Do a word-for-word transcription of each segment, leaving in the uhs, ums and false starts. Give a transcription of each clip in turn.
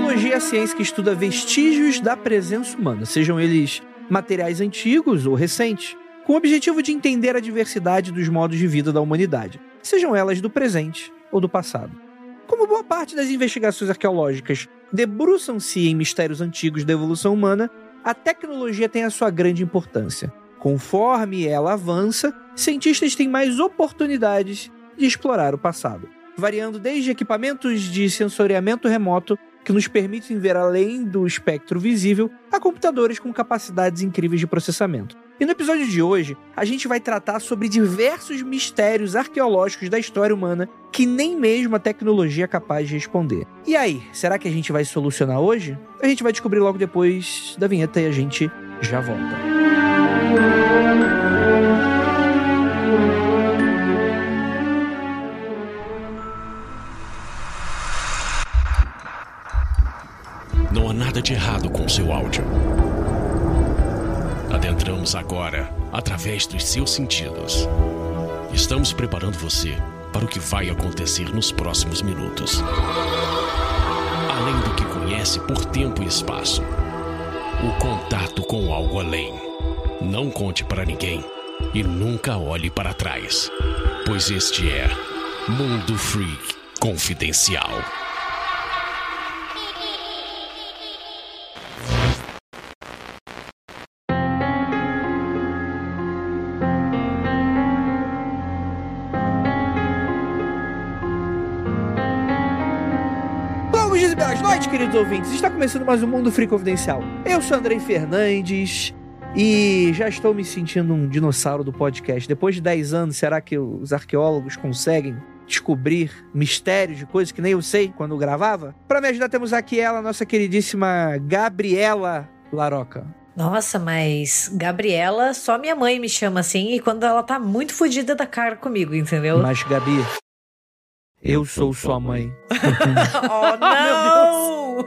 arqueologia é a ciência que estuda vestígios da presença humana, sejam eles materiais antigos ou recentes, com o objetivo de entender a diversidade dos modos de vida da humanidade, sejam elas do presente ou do passado. Como boa parte das investigações arqueológicas debruçam-se em mistérios antigos da evolução humana, a tecnologia tem a sua grande importância. Conforme ela avança, cientistas têm mais oportunidades de explorar o passado, variando desde equipamentos de sensoriamento remoto que nos permitem ver além do espectro visível, a computadores com capacidades incríveis de processamento. E no episódio de hoje, a gente vai tratar sobre diversos mistérios arqueológicos da história humana que nem mesmo a tecnologia é capaz de responder. E aí, será que a gente vai solucionar hoje? A gente vai descobrir logo depois da vinheta e a gente já volta. Não há nada de errado com o seu áudio. Adentramos agora através dos seus sentidos. Estamos preparando você para o que vai acontecer nos próximos minutos. Além do que conhece por tempo e espaço, o contato com algo além. Não conte para ninguém e nunca olhe para trás, pois este é Mundo Freak Confidencial. Boas noites, queridos ouvintes. Está começando mais um Mundo Freak Confidencial. Eu sou Andrei Fernandes e já estou me sentindo um dinossauro do podcast. Depois de dez anos, será que os arqueólogos conseguem descobrir mistérios de coisas que nem eu sei quando eu gravava? Para me ajudar, temos aqui ela, nossa queridíssima Gabriela Laroca. Nossa, mas Gabriela, só minha mãe me chama assim e quando ela tá muito fodida da cara comigo, entendeu? Mas, Gabi, eu sou sua mãe. Oh, não!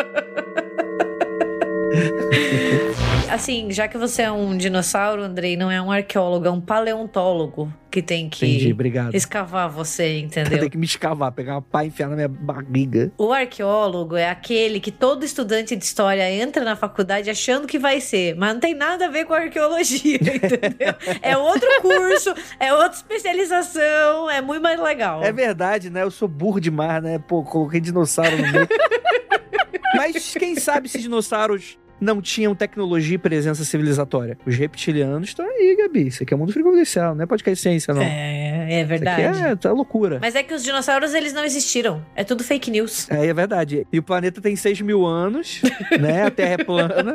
Assim, já que você é um dinossauro, Andrei, não é um arqueólogo, é um paleontólogo que tem que Entendi, obrigado. escavar você, entendeu? Tem que me escavar, pegar uma pá e enfiar na minha barriga. O arqueólogo é aquele que todo estudante de história entra na faculdade achando que vai ser, mas não tem nada a ver com arqueologia, entendeu? É outro curso, é outra especialização, é muito mais legal. É verdade, né? Eu sou burro demais, né? Pô, coloquei dinossauro no meio. Mas quem sabe se dinossauros não tinham tecnologia e presença civilizatória? Os reptilianos estão aí, Gabi. Isso aqui é mundo frequencial, não é podcast ciência, não. É, é verdade. Isso aqui é, tá loucura. Mas é que os dinossauros, eles não existiram. É tudo fake news. É, é verdade. E o planeta tem seis mil anos, né? A Terra é plana.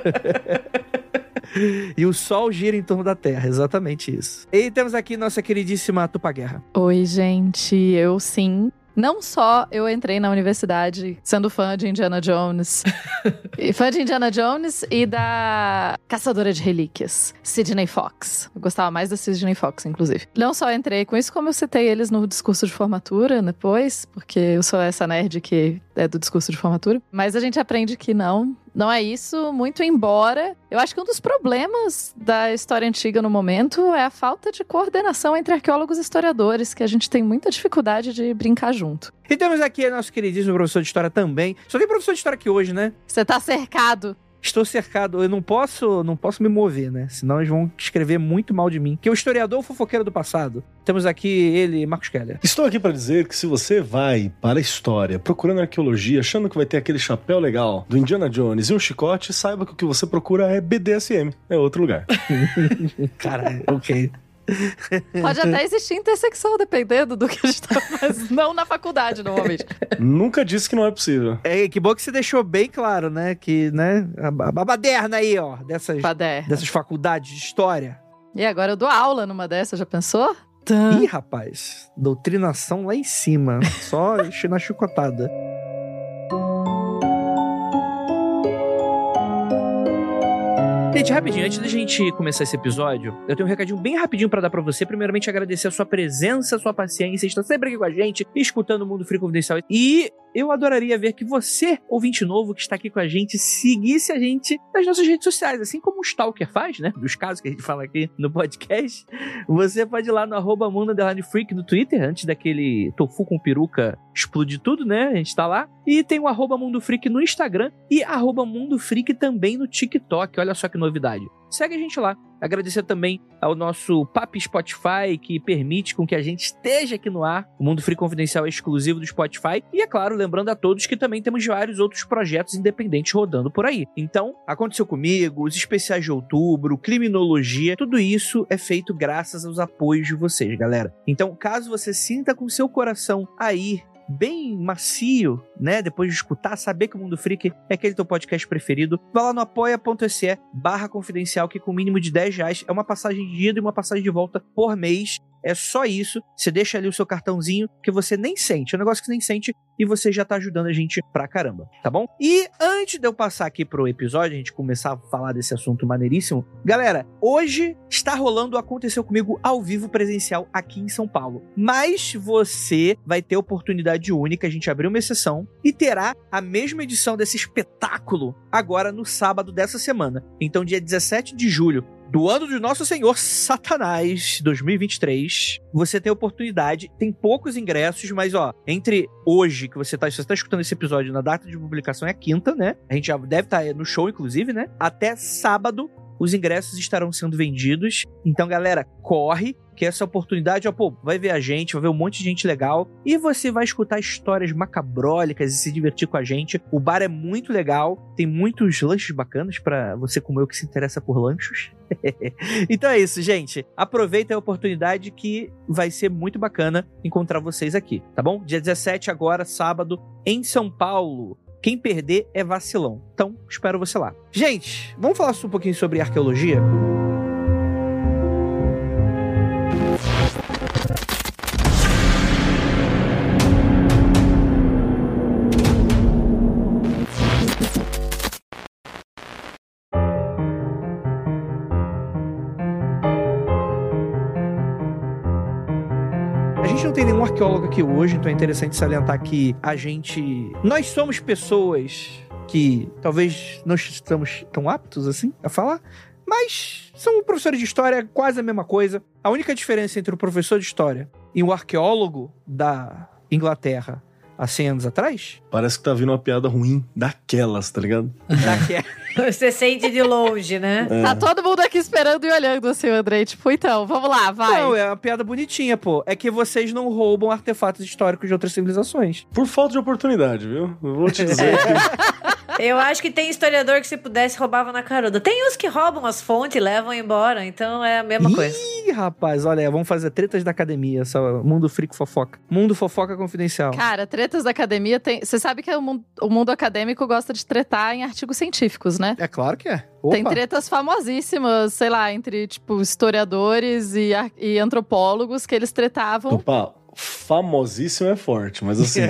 E o Sol gira em torno da Terra, exatamente isso. E temos aqui nossa queridíssima Tupaguerra. Oi, gente, eu sim. Não só eu entrei na universidade sendo fã de Indiana Jones, e fã de Indiana Jones e da Caçadora de Relíquias, Sidney Fox. Eu gostava mais da Sidney Fox, inclusive. Não só entrei com isso, como eu citei eles no discurso de formatura depois, porque eu sou essa nerd que é do discurso de formatura. Mas a gente aprende que não, não é isso, muito embora eu acho que um dos problemas da história antiga no momento é a falta de coordenação entre arqueólogos e historiadores, que a gente tem muita dificuldade de brincar junto. E temos aqui nosso queridíssimo professor de história também. Só tem professor de história aqui hoje, né? Você tá cercado. Estou cercado, eu não posso, não posso me mover, né? Senão eles vão escrever muito mal de mim. Que é o historiador fofoqueiro do passado. Temos aqui ele, Marcos Keller. Estou aqui para dizer que se você vai para a história procurando arqueologia, achando que vai ter aquele chapéu legal do Indiana Jones e um chicote, saiba que o que você procura é B D S M. É outro lugar. Cara, ok. Pode até existir intersecção, dependendo do que a gente tá fazendo. Não na faculdade, normalmente. Nunca disse que não é possível. É, que bom que você deixou bem claro, né? Que, né? A, a baderna aí, ó. Dessas, dessas faculdades de história. E agora eu dou aula numa dessas, já pensou? Ih, rapaz. Doutrinação lá em cima. Só na chicotada. Gente, rapidinho, antes da gente começar esse episódio, eu tenho um recadinho bem rapidinho pra dar pra você. Primeiramente, agradecer a sua presença, a sua paciência, está sempre aqui com a gente, escutando o Mundo Freak Confidencial. E eu adoraria ver que você, ouvinte novo que está aqui com a gente, seguisse a gente nas nossas redes sociais, assim como o Stalker faz, né? Dos casos que a gente fala aqui no podcast. Você pode ir lá no arroba Mundo Underline Freak no Twitter, antes daquele tofu com peruca explodir tudo, né? A gente tá lá. E tem o arroba Mundo Freak no Instagram e arroba Mundo Freak também no TikTok. Olha só que novidade. Segue a gente lá. Agradecer também ao nosso Papi Spotify, que permite com que a gente esteja aqui no ar. O Mundo Freak Confidencial é exclusivo do Spotify. E, é claro, lembrando a todos que também temos vários outros projetos independentes rodando por aí. Então, Aconteceu Comigo, os especiais de outubro, Criminologia, tudo isso é feito graças aos apoios de vocês, galera. Então, caso você sinta com seu coração aí bem macio, né, depois de escutar, saber que o Mundo Freak é aquele teu podcast preferido, vai lá no apoia.se barra confidencial, que com o mínimo de dez reais é uma passagem de ida e uma passagem de volta por mês. É só isso, você deixa ali o seu cartãozinho que você nem sente, é um negócio que você nem sente e você já tá ajudando a gente pra caramba, tá bom? E antes de eu passar aqui pro episódio, a gente começar a falar desse assunto maneiríssimo, galera, hoje está rolando o Aconteceu Comigo ao vivo presencial aqui em São Paulo, mas você vai ter oportunidade única, a gente abriu uma exceção e terá a mesma edição desse espetáculo agora no sábado dessa semana, então dia dezessete de julho, do ano do nosso Senhor Satanás, dois mil e vinte e três, você tem oportunidade, tem poucos ingressos, mas ó, entre hoje, que você tá, você tá escutando esse episódio, na data de publicação é a quinta, né? A gente já deve estar no show, inclusive, né? Até sábado, os ingressos estarão sendo vendidos. Então, galera, corre, que essa oportunidade, ó, pô, vai ver a gente, vai ver um monte de gente legal e você vai escutar histórias macabrólicas e se divertir com a gente. O bar é muito legal, tem muitos lanches bacanas pra você como eu que se interessa por lanchos. Então é isso, gente. Aproveita a oportunidade que vai ser muito bacana encontrar vocês aqui, tá bom? Dia dezessete agora, sábado, em São Paulo. Quem perder é vacilão. Então, espero você lá. Gente, vamos falar um pouquinho sobre arqueologia? A gente não tem nenhum arqueólogo aqui hoje, então é interessante salientar que a gente... Nós somos pessoas que talvez não estamos tão aptos assim a falar, mas são professores de história, quase a mesma coisa. A única diferença entre o professor de história e o arqueólogo da Inglaterra há cem anos atrás... Parece que tá vindo uma piada ruim daquelas, tá ligado? Daquelas. Você sente de longe, né? É. Tá todo mundo aqui esperando e olhando assim, o Andrei. Tipo, então, vamos lá, vai. Não, é uma piada bonitinha, pô. É que vocês não roubam artefatos históricos de outras civilizações. Por falta de oportunidade, viu? Eu vou te dizer que... Eu acho que tem historiador que se pudesse roubava na caruda. Tem uns que roubam as fontes e levam embora, então é a mesma Ih, coisa. Ih, rapaz, olha, vamos fazer tretas da academia, só Mundo Freak Fofoca. Mundo Fofoca Confidencial. Cara, tretas da academia tem... Você sabe que o mundo, o mundo acadêmico gosta de tretar em artigos científicos, né? É claro que é. Opa. Tem tretas famosíssimas, sei lá, entre, tipo, historiadores e, ar- e antropólogos que eles tretavam. Opa, famosíssimo é forte, mas assim...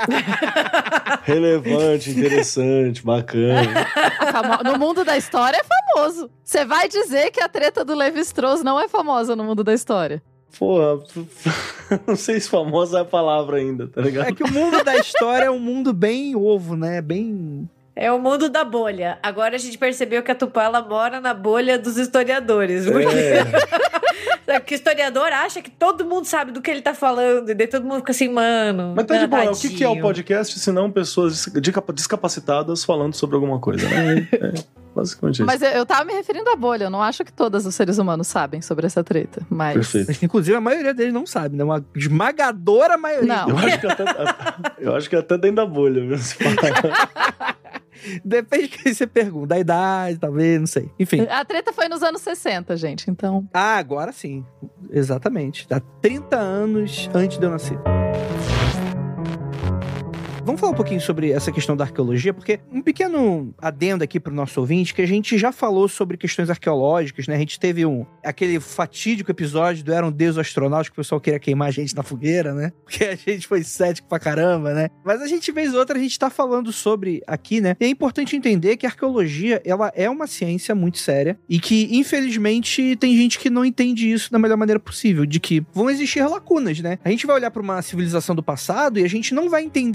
relevante, interessante, bacana. Famo- No mundo da história é famoso. Você vai dizer que a treta do Levi-Strauss não é famosa no mundo da história? Porra, não sei se famosa é a palavra ainda, tá ligado? É que o mundo da história é um mundo bem ovo, né? Bem... É o mundo da bolha. Agora a gente percebeu que a Tupá, ela mora na bolha dos historiadores. Porque... É. Porque o historiador acha que todo mundo sabe do que ele tá falando. E daí todo mundo fica assim, mano... Mas tá de boa, o que, tadinho. que é o podcast se não pessoas descapa- descapacitadas falando sobre alguma coisa, né? É, basicamente isso. Mas eu, eu tava me referindo à bolha. Eu não acho que todos os seres humanos sabem sobre essa treta. Mas... Perfeito. Inclusive, a maioria deles não sabe, né? Uma esmagadora maioria. Não. Eu acho que até, eu acho que até dentro da bolha, viu? Se falar. Depende de quem você pergunta. Da idade, talvez, não sei. Enfim. A treta foi nos anos sessenta, gente, então... Ah, agora sim. Exatamente. Há trinta anos antes de eu nascer. Vamos falar um pouquinho sobre essa questão da arqueologia, porque um pequeno adendo aqui pro nosso ouvinte, que a gente já falou sobre questões arqueológicas, né? A gente teve um, aquele fatídico episódio do Era um Deus Astronauta, que o pessoal queria queimar a gente na fogueira, né? Porque a gente foi cético pra caramba, né? Mas a gente, vez ou outra, a gente tá falando sobre aqui, né? E é importante entender que a arqueologia, ela é uma ciência muito séria e que, infelizmente, tem gente que não entende isso da melhor maneira possível, de que vão existir lacunas, né? A gente vai olhar pra uma civilização do passado e a gente não vai entender a sua totalidade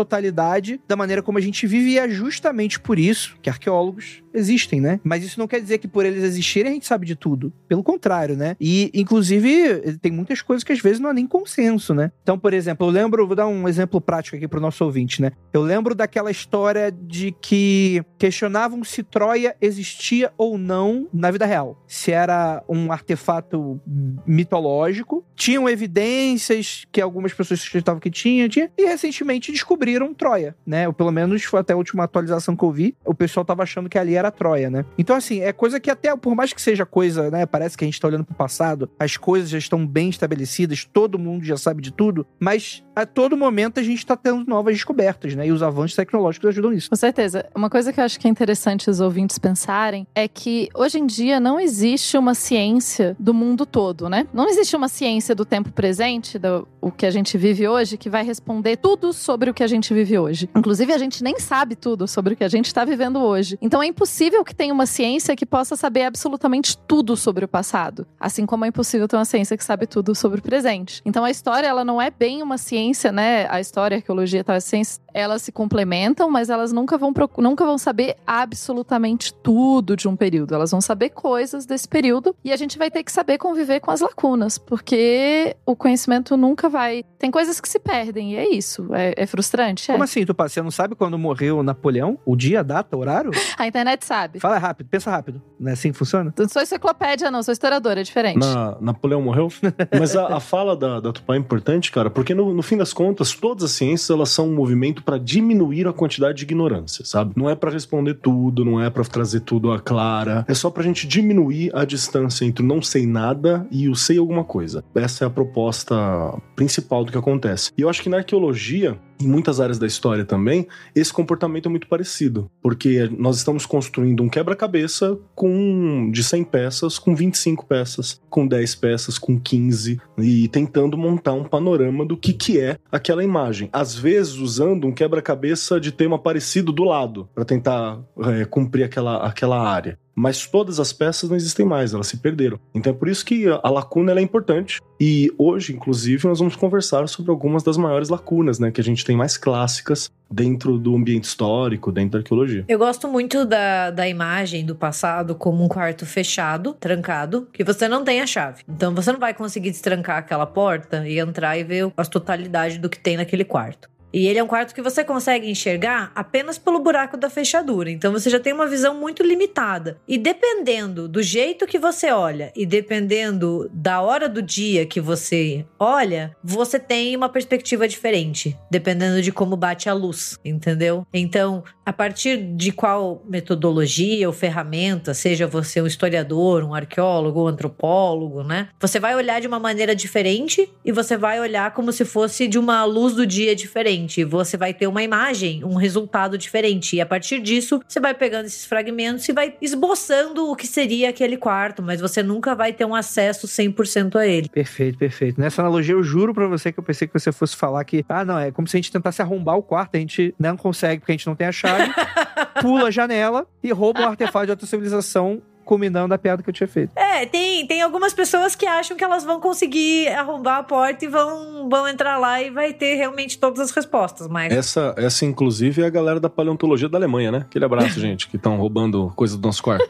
totalidade da maneira como a gente vive, e é justamente por isso que arqueólogos existem, né? Mas isso não quer dizer que por eles existirem a gente sabe de tudo. Pelo contrário, né? E, inclusive, tem muitas coisas que às vezes não há nem consenso, né? Então, por exemplo, eu lembro, vou dar um exemplo prático aqui pro nosso ouvinte, né? Eu lembro daquela história de que questionavam se Troia existia ou não na vida real. Se era um artefato mitológico. Tinham evidências que algumas pessoas suspeitavam que tinha, tinha, e recentemente descobriram Troia, né? Ou pelo menos foi até a última atualização que eu vi, o pessoal tava achando que ali era Troia, né? Então, assim, é coisa que até, por mais que seja coisa, né? Parece que a gente tá olhando pro passado, as coisas já estão bem estabelecidas, todo mundo já sabe de tudo, mas a todo momento a gente tá tendo novas descobertas, né? E os avanços tecnológicos ajudam nisso. Com certeza. Uma coisa que eu acho que é interessante os ouvintes pensarem é que hoje em dia não existe uma ciência do mundo todo, né? Não existe uma ciência do tempo presente, do o que a gente vive hoje, que vai responder tudo sobre o que a gente vive hoje. Inclusive, a gente nem sabe tudo sobre o que a gente está vivendo hoje. Então, é impossível que tenha uma ciência que possa saber absolutamente tudo sobre o passado. Assim como é impossível ter uma ciência que sabe tudo sobre o presente. Então, a história, ela não é bem uma ciência, né? A história, a arqueologia e tal, a ciência, elas se complementam, mas elas nunca vão, nunca vão saber absolutamente tudo de um período. Elas vão saber coisas desse período e a gente vai ter que saber conviver com as lacunas, porque o conhecimento nunca vai... Tem coisas que se perdem e é isso. É, é frustrante, é. Como assim, Tupá? Você não sabe quando morreu Napoleão? O dia, a data, o horário? A internet sabe. Fala rápido, pensa rápido. Não é assim que funciona? Não sou enciclopédia, não. Sou historiadora, é diferente. Na, Napoleão morreu? Mas a, a fala da, da Tupá é importante, cara, porque no, no fim das contas, todas as ciências, elas são um movimento para diminuir a quantidade de ignorância, sabe? Não é para responder tudo, não é para trazer tudo à clara. É só pra gente diminuir a distância entre o não sei nada e o sei alguma coisa. Essa é a proposta principal do que acontece. E eu acho que na arqueologia, em muitas áreas da história também, esse comportamento é muito parecido, porque nós estamos construindo um quebra-cabeça com de cem peças, com vinte e cinco peças, com dez peças, com quinze, e tentando montar um panorama do que, que é aquela imagem. Às vezes usando um quebra-cabeça de tema parecido do lado, para tentar é, cumprir aquela, aquela área. Mas todas as peças não existem mais, elas se perderam. Então é por isso que a lacuna ela é importante. E hoje, inclusive, nós vamos conversar sobre algumas das maiores lacunas, né, que a gente tem mais clássicas dentro do ambiente histórico, dentro da arqueologia. Eu gosto muito da, da imagem do passado como um quarto fechado, trancado, que você não tem a chave. Então você não vai conseguir destrancar aquela porta e entrar e ver a totalidade do que tem naquele quarto. E ele é um quarto que você consegue enxergar apenas pelo buraco da fechadura. Então você já tem uma visão muito limitada. E dependendo do jeito que você olha e dependendo da hora do dia que você olha, você tem uma perspectiva diferente, dependendo de como bate a luz, entendeu? Então, a partir de qual metodologia ou ferramenta, seja você um historiador, um arqueólogo, um antropólogo, né? Você vai olhar de uma maneira diferente e você vai olhar como se fosse de uma luz do dia diferente. Você vai ter uma imagem, um resultado diferente. E a partir disso, você vai pegando esses fragmentos e vai esboçando o que seria aquele quarto, mas você nunca vai ter um acesso cem por cento a ele. Perfeito, perfeito. Nessa analogia, eu juro pra você que eu pensei que você fosse falar que, ah, não, é como se a gente tentasse arrombar o quarto, a gente não consegue porque a gente não tem a chave, pula a janela e rouba um artefato de outra civilização, combinando a piada que eu tinha feito. É, tem, tem algumas pessoas que acham que elas vão conseguir arrombar a porta e vão, vão entrar lá e vai ter realmente todas as respostas, mas... Essa, essa inclusive, é a galera da paleontologia da Alemanha, né? Aquele abraço, gente, que estão roubando coisa do nosso quarto.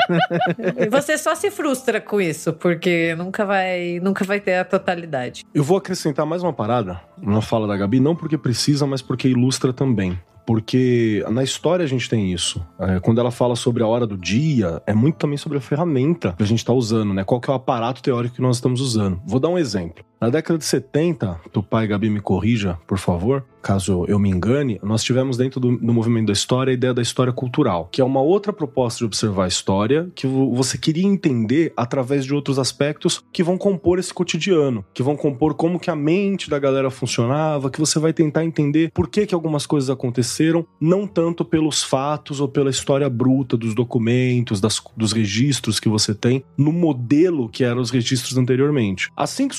E você só se frustra com isso, porque nunca vai, nunca vai ter a totalidade. Eu vou acrescentar mais uma parada na fala da Gabi, não porque precisa, mas porque ilustra também. Porque na história a gente tem isso. É, quando ela fala sobre a hora do dia, é muito também sobre a ferramenta que a gente está usando, né? Qual que é o aparato teórico que nós estamos usando. Vou dar um exemplo. Na década de setenta, Tupá e Gabi me corrija, por favor, caso eu me engane, nós tivemos dentro do, do movimento da história a ideia da história cultural, que é uma outra proposta de observar a história que você queria entender através de outros aspectos que vão compor esse cotidiano, que vão compor como que a mente da galera funcionava, que você vai tentar entender por que que algumas coisas aconteceram, não tanto pelos fatos ou pela história bruta dos documentos, das, dos registros que você tem no modelo que eram os registros anteriormente. Assim que surgiu, inclusive,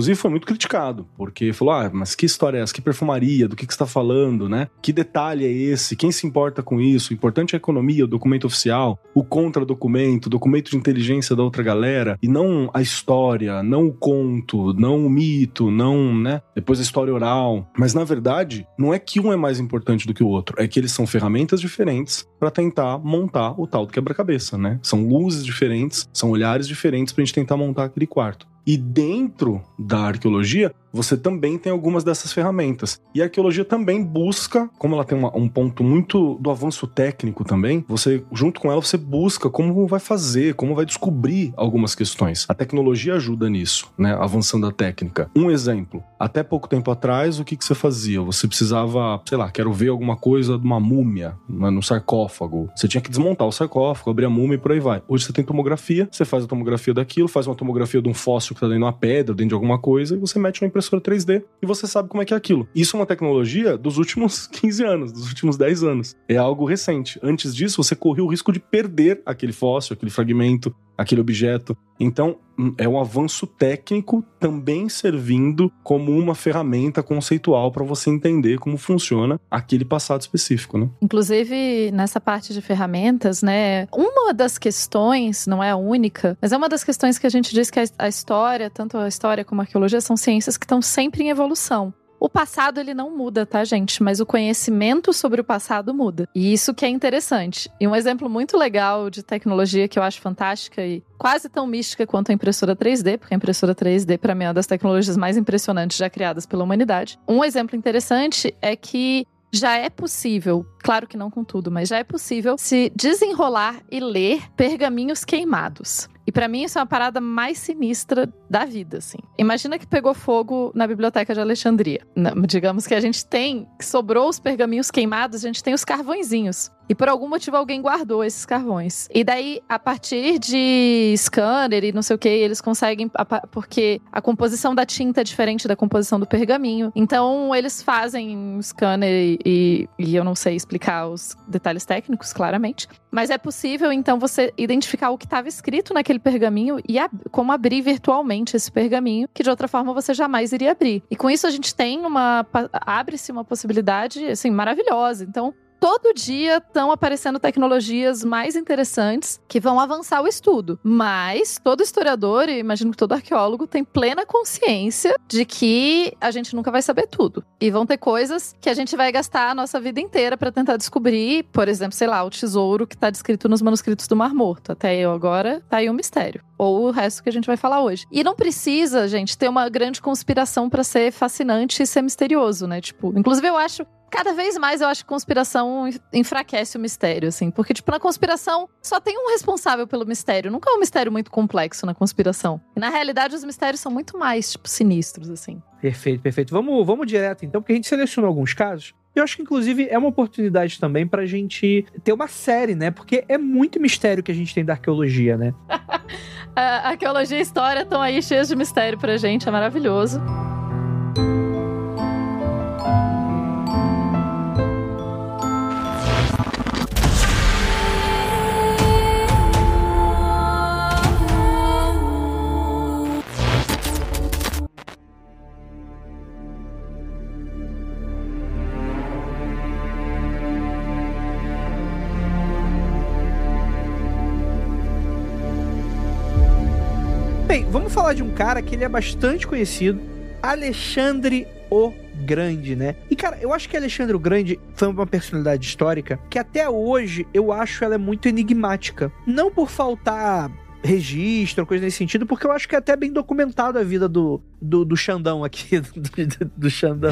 Inclusive foi muito criticado, porque falou, ah, mas que história é essa? Que perfumaria? Do que, que você tá falando, né? Que detalhe é esse? Quem se importa com isso? O importante é a economia, o documento oficial, o contra-documento, o documento de inteligência da outra galera, e não a história, não o conto, não o mito, não, né? Depois a história oral. Mas, na verdade, não é que um é mais importante do que o outro, é que eles são ferramentas diferentes para tentar montar o tal do quebra-cabeça, né? São luzes diferentes, são olhares diferentes pra gente tentar montar aquele quarto. E dentro da arqueologia, você também tem algumas dessas ferramentas. E a arqueologia também busca, como ela tem uma, um ponto muito do avanço técnico também, você, junto com ela, você busca como vai fazer, como vai descobrir algumas questões. A tecnologia ajuda nisso, né? Avançando a técnica. Um exemplo, até pouco tempo atrás, o que, que você fazia? Você precisava, sei lá, quero ver alguma coisa de uma múmia, né, no sarcófago. Você tinha que desmontar o sarcófago, abrir a múmia e por aí vai. Hoje você tem tomografia, você faz a tomografia daquilo, faz uma tomografia de um fóssil que tá dentro de uma pedra, dentro de alguma coisa, e você mete uma impressora três D e você sabe como é que é aquilo. Isso é uma tecnologia dos últimos quinze anos, dos últimos dez anos. É algo recente. Antes disso, você corria o risco de perder aquele fóssil, aquele fragmento, aquele objeto. Então, é um avanço técnico também servindo como uma ferramenta conceitual para você entender como funciona aquele passado específico, né? Inclusive, nessa parte de ferramentas, né, uma das questões, não é a única, mas é uma das questões que a gente diz que a história, tanto a história como a arqueologia, são ciências que estão sempre em evolução. O passado, ele não muda, tá, gente? Mas o conhecimento sobre o passado muda. E isso que é interessante. E um exemplo muito legal de tecnologia que eu acho fantástica e quase tão mística quanto a impressora três D, porque a impressora três D, para mim, é uma das tecnologias mais impressionantes já criadas pela humanidade. Um exemplo interessante é que já é possível, claro que não com tudo, mas já é possível se desenrolar e ler pergaminhos queimados. E pra mim isso é uma parada mais sinistra da vida, assim. Imagina que pegou fogo na Biblioteca de Alexandria. Digamos que a gente tem, que sobrou os pergaminhos queimados, a gente tem os carvõezinhos. E por algum motivo alguém guardou esses carvões. E daí, a partir de scanner e não sei o que, eles conseguem... Porque a composição da tinta é diferente da composição do pergaminho. Então, eles fazem um scanner e, e eu não sei explicar os detalhes técnicos, claramente. Mas é possível, então, você identificar o que estava escrito naquele pergaminho e ab- como abrir virtualmente esse pergaminho, que de outra forma você jamais iria abrir. E com isso a gente tem uma... abre-se uma possibilidade, assim, maravilhosa. Então, todo dia estão aparecendo tecnologias mais interessantes que vão avançar o estudo. Mas todo historiador, e imagino que todo arqueólogo, tem plena consciência de que a gente nunca vai saber tudo. E vão ter coisas que a gente vai gastar a nossa vida inteira para tentar descobrir. Por exemplo, sei lá, o tesouro que está descrito nos manuscritos do Mar Morto. Até eu agora, tá aí um mistério. Ou o resto que a gente vai falar hoje. E não precisa, gente, ter uma grande conspiração para ser fascinante e ser misterioso, né? Tipo, inclusive eu acho... Cada vez mais eu acho que conspiração enfraquece o mistério, assim. Porque, tipo, na conspiração só tem um responsável pelo mistério. Nunca é um mistério muito complexo na conspiração. E, na realidade, os mistérios são muito mais, tipo, sinistros, assim. Perfeito, perfeito. Vamos, vamos direto, então, porque a gente selecionou alguns casos. Eu acho que, inclusive, é uma oportunidade também pra gente ter uma série, né? Porque é muito mistério que a gente tem da arqueologia, né? A arqueologia e a história estão aí cheias de mistério pra gente. É maravilhoso. Bem, vamos falar de um cara que ele é bastante conhecido, Alexandre o Grande, né? E, cara, eu acho que Alexandre o Grande foi uma personalidade histórica que até hoje eu acho ela muito enigmática. Não por faltar registro, coisa nesse sentido, porque eu acho que é até bem documentado a vida do, do, do Xandão aqui, do, do, do Xandão.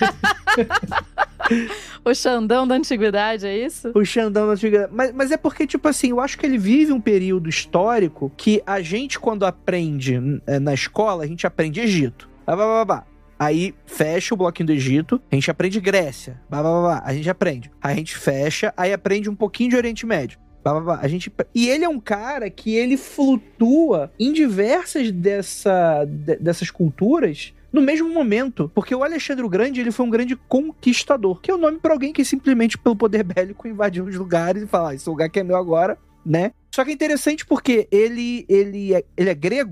O Xandão da antiguidade, é isso? O Xandão da antiguidade. Mas, mas é porque, tipo assim, eu acho que ele vive um período histórico que a gente, quando aprende na escola, a gente aprende Egito. Blá, blá, blá, blá. Aí fecha o bloquinho do Egito, a gente aprende Grécia. Blá, blá, blá, blá. A gente aprende. Aí a gente fecha, aí aprende um pouquinho de Oriente Médio. Blá, blá, blá. A gente... E ele é um cara que ele flutua em diversas dessa, dessas culturas no mesmo momento, porque o Alexandre o Grande, ele foi um grande conquistador, que é o nome para alguém que simplesmente pelo poder bélico invadiu os lugares e fala, ah, esse lugar que é meu agora, né? Só que é interessante porque ele, ele, é, ele é grego,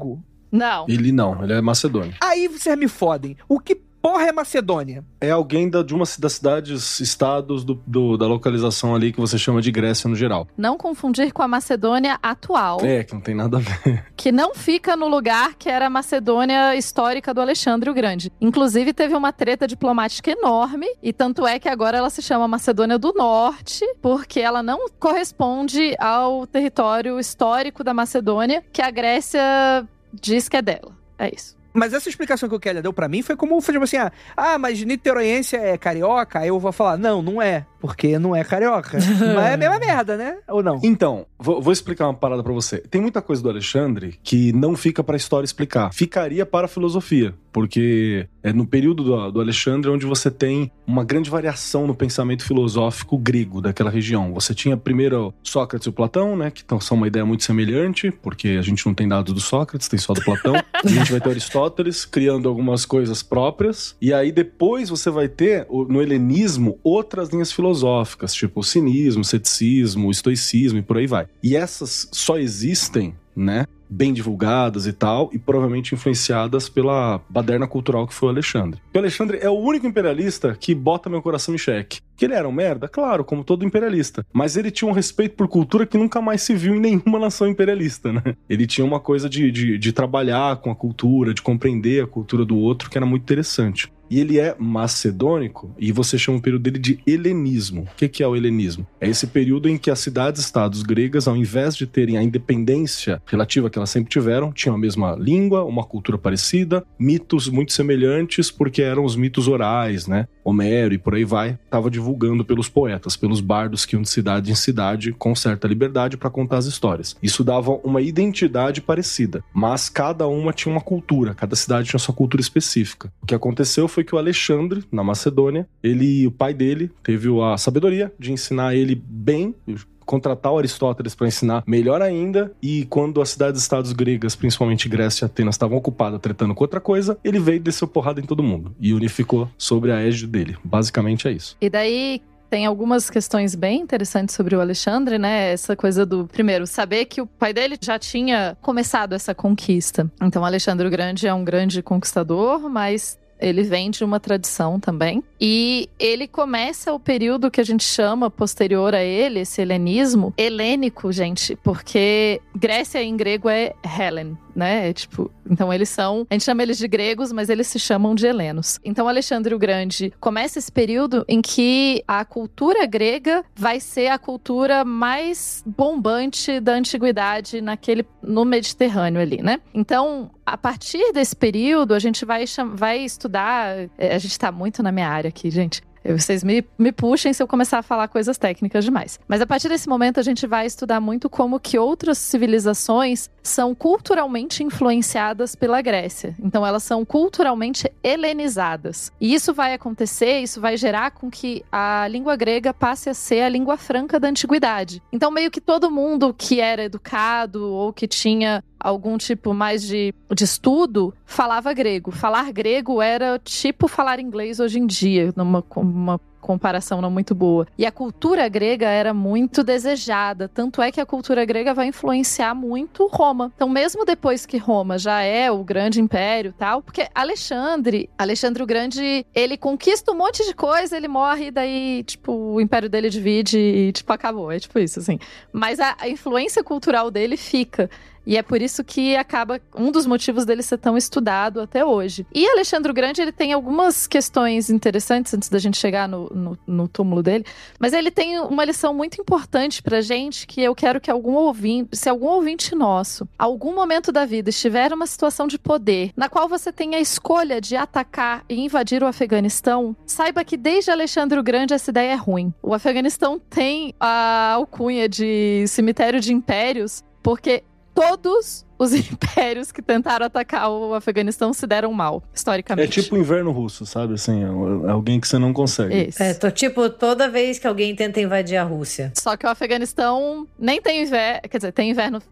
Não. Ele não, ele é macedônio. Aí vocês me fodem. O que porra é Macedônia? É alguém da, de uma das cidades, estados do, do, da localização ali que você chama de Grécia no geral. Não confundir com a Macedônia atual. É, que não tem nada a ver. Que não fica no lugar que era a Macedônia histórica do Alexandre o Grande. Inclusive, teve uma treta diplomática enorme, e tanto é que agora ela se chama Macedônia do Norte, porque ela não corresponde ao território histórico da Macedônia, que a Grécia diz que é dela. É isso. Mas essa explicação que o Keller deu pra mim foi como, tipo assim, ah, ah, mas niteroense é carioca? Aí eu vou falar, não, não é, porque não é carioca. Mas é a mesma merda, né? Ou não? Então, vou, vou explicar uma parada pra você. Tem muita coisa do Alexandre que não fica pra história explicar. Ficaria para a filosofia, porque é no período do, do Alexandre onde você tem uma grande variação no pensamento filosófico grego daquela região. Você tinha primeiro Sócrates e o Platão, né, que são uma ideia muito semelhante, porque a gente não tem dados do Sócrates, tem só do Platão. A gente vai ter Aristóteles criando algumas coisas próprias, e aí depois você vai ter, no helenismo, outras linhas filosóficas, tipo o cinismo, o ceticismo, o estoicismo e por aí vai. E essas só existem, né, bem divulgadas e tal, e provavelmente influenciadas pela baderna cultural que foi o Alexandre. O Alexandre é o único imperialista que bota meu coração em xeque. Que ele era um merda? Claro, como todo imperialista. Mas ele tinha um respeito por cultura que nunca mais se viu em nenhuma nação imperialista, né? Ele tinha uma coisa de, de, de trabalhar com a cultura, de compreender a cultura do outro, que era muito interessante. E ele é macedônico, e você chama o período dele de helenismo. O que, que é o helenismo? É esse período em que as cidades-estados gregas, ao invés de terem a independência relativa que elas sempre tiveram, tinham a mesma língua, uma cultura parecida, mitos muito semelhantes, porque eram os mitos orais, né? Homero e por aí vai, estava divulgando pelos poetas, pelos bardos que iam de cidade em cidade com certa liberdade para contar as histórias. Isso dava uma identidade parecida, mas cada uma tinha uma cultura, cada cidade tinha sua cultura específica. O que aconteceu foi que o Alexandre, na Macedônia, ele, o pai dele, teve a sabedoria de ensinar ele bem, contratar o Aristóteles para ensinar melhor ainda, e quando as cidades-estados gregas, principalmente Grécia e Atenas, estavam ocupadas tretando com outra coisa, ele veio e desceu porrada em todo mundo e unificou sobre a égide dele. Basicamente é isso. E daí tem algumas questões bem interessantes sobre o Alexandre, né? Essa coisa do, primeiro, saber que o pai dele já tinha começado essa conquista. Então, Alexandre o Grande é um grande conquistador, mas ele vem de uma tradição também. E ele começa o período que a gente chama, posterior a ele, esse helenismo, helênico, gente, porque Grécia em grego é Helen, né? É tipo, então eles são, a gente chama eles de gregos, mas eles se chamam de helenos. Então Alexandre o Grande começa esse período em que a cultura grega vai ser a cultura mais bombante da antiguidade naquele, no Mediterrâneo ali, né? Então, a partir desse período, a gente vai, vai estudar, a gente tá muito na minha área aqui, gente. Vocês me, me puxem se eu começar a falar coisas técnicas demais. Mas a partir desse momento a gente vai estudar muito como que outras civilizações são culturalmente influenciadas pela Grécia. Então elas são culturalmente helenizadas. E isso vai acontecer, isso vai gerar com que a língua grega passe a ser a língua franca da antiguidade. Então meio que todo mundo que era educado ou que tinha algum tipo mais de, de estudo, falava grego. Falar grego era tipo falar inglês hoje em dia, numa uma comparação não muito boa. E a cultura grega era muito desejada, tanto é que a cultura grega vai influenciar muito Roma. Então, mesmo depois que Roma já é o grande império e tal, porque Alexandre, Alexandre o Grande, ele conquista um monte de coisa, ele morre e daí, tipo, o império dele divide e, tipo, acabou. É tipo isso, assim. Mas a, a influência cultural dele fica. E é por isso que acaba um dos motivos dele ser tão estudado até hoje. E Alexandre o Grande, ele tem algumas questões interessantes antes da gente chegar no, no, no túmulo dele, mas ele tem uma lição muito importante pra gente que eu quero que algum ouvinte, se algum ouvinte nosso, algum momento da vida estiver numa situação de poder, na qual você tem a escolha de atacar e invadir o Afeganistão, saiba que desde Alexandre o Grande essa ideia é ruim. O Afeganistão tem a alcunha de cemitério de impérios, porque todos os impérios que tentaram atacar o Afeganistão se deram mal, historicamente. É tipo o inverno russo, sabe? Assim, é alguém que você não consegue. Isso. É, tô, tipo, toda vez que alguém tenta invadir a Rússia. Só que o Afeganistão nem tem inverno, quer dizer, tem inverno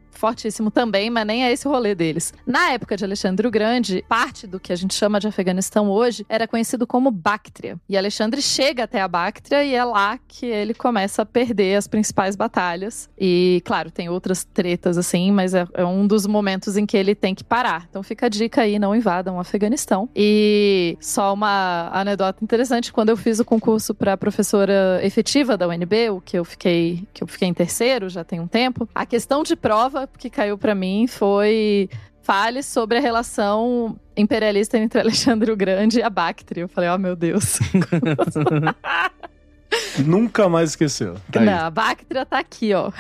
fortíssimo também, mas nem é esse o rolê deles. Na época de Alexandre o Grande, parte do que a gente chama de Afeganistão hoje era conhecido como Bactria. E Alexandre chega até a Bactria e é lá que ele começa a perder as principais batalhas. E, claro, tem outras tretas assim, mas é, é um dos momentos em que ele tem que parar. Então fica a dica aí, não invadam o Afeganistão. E só uma anedota interessante, quando eu fiz o concurso para professora efetiva da U N B, o que eu fiquei, que eu fiquei em terceiro, já tem um tempo, a questão de prova que caiu para mim foi: fale sobre a relação imperialista entre Alexandre o Grande e a Bactria. Eu falei, oh meu Deus. Nunca mais esqueceu. Tá Não, a Bactria tá aqui, ó.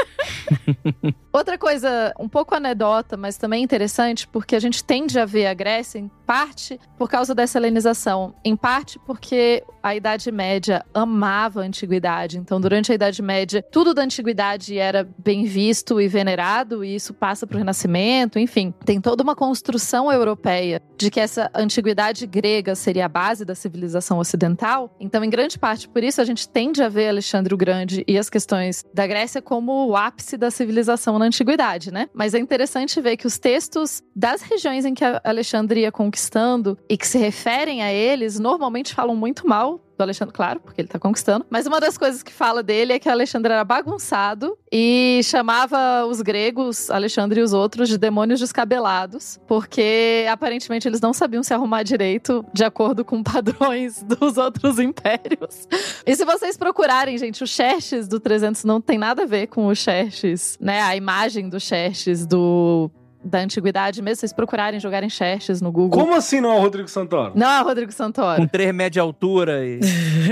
Outra coisa, um pouco anedota, mas também interessante, porque a gente tende a ver a Grécia, em parte por causa dessa helenização, em parte porque a Idade Média amava a Antiguidade. Então, durante a Idade Média, tudo da Antiguidade era bem visto e venerado, e isso passa para o Renascimento, enfim. Tem toda uma construção europeia de que essa Antiguidade grega seria a base da civilização ocidental. Então, em grande parte, por isso a gente tende a ver Alexandre o Grande e as questões da Grécia como o ápice da civilização na Antiguidade, né? Mas é interessante ver que os textos das regiões em que Alexandre ia conquistando e que se referem a eles, normalmente falam muito mal do Alexandre, claro, porque ele tá conquistando. Mas uma das coisas que fala dele é que Alexandre era bagunçado e chamava os gregos, Alexandre e os outros, de demônios descabelados, porque aparentemente eles não sabiam se arrumar direito de acordo com padrões dos outros impérios. E se vocês procurarem, gente, o Xerxes do trezentos não tem nada a ver com o Xerxes, né? A imagem do Xerxes do... da Antiguidade, mesmo vocês procurarem, jogarem Xerxes no Google. Como assim não é o Rodrigo Santoro? Não é o Rodrigo Santoro. Com três metros de altura e...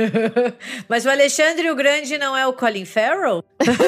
Mas o Alexandre o Grande não é o Colin Farrell?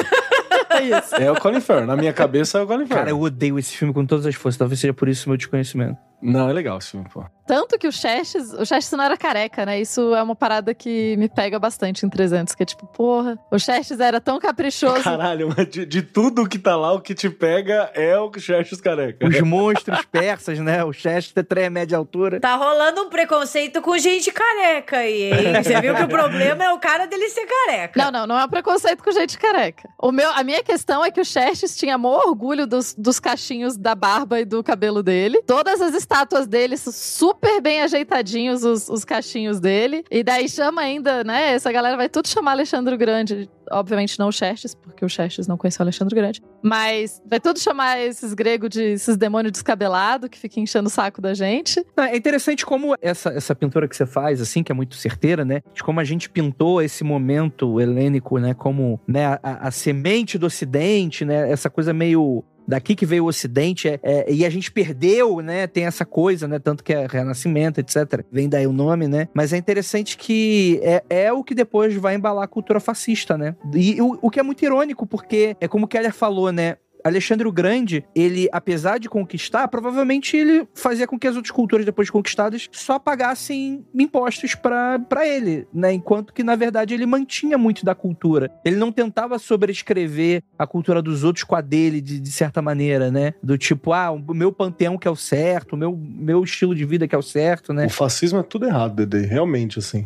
Isso. É o Colin Farrell. Na minha cabeça é o Colin Farrell. Cara, eu odeio esse filme com todas as forças. Talvez seja por isso o meu desconhecimento. Não, é legal esse filme, pô. Tanto que o Xerxes, o Xerxes não era careca, né? Isso é uma parada que me pega bastante em trezentos, que é tipo, porra, o Xerxes era tão caprichoso. Caralho, mas de, de tudo que tá lá, o que te pega é o Xerxes careca. Os monstros persas, né? O Xerxes tem três metros de altura. Tá rolando um preconceito com gente careca aí, hein? Você viu que o problema é o cara dele ser careca. Não, não, não é um preconceito com gente careca. O meu, a minha questão é que o Xerxes tinha maior orgulho dos, dos cachinhos da barba e do cabelo dele. Todas as estátuas dele super bem ajeitadinhos, os, os cachinhos dele. E daí chama ainda, né? Essa galera vai tudo chamar Alexandre o Grande. Obviamente não o Xerxes, porque o Xerxes não conheceu o Alexandre o Grande. Mas vai tudo chamar esses gregos de esses demônios descabelados que ficam enchendo o saco da gente. É interessante como essa, essa pintura que você faz, assim, que é muito certeira, né? De como a gente pintou esse momento helênico, né? Como, né, a, a semente do Ocidente, né? Essa coisa meio... daqui que veio o Ocidente, é, é, e a gente perdeu, né, tem essa coisa, né, tanto que é Renascimento, etcétera, vem daí o nome, né, mas é interessante que é, é o que depois vai embalar a cultura fascista, né, e o, o que é muito irônico, porque é como o Keller falou, né, Alexandre o Grande, ele, apesar de conquistar, provavelmente ele fazia com que as outras culturas, depois conquistadas, só pagassem impostos pra, pra ele, né? Enquanto que, na verdade, ele mantinha muito da cultura. Ele não tentava sobrescrever a cultura dos outros com a dele, de, de certa maneira, né? Do tipo, ah, o meu panteão que é o certo, o meu, meu estilo de vida que é o certo, né? O fascismo é tudo errado, Dedê. Realmente, assim.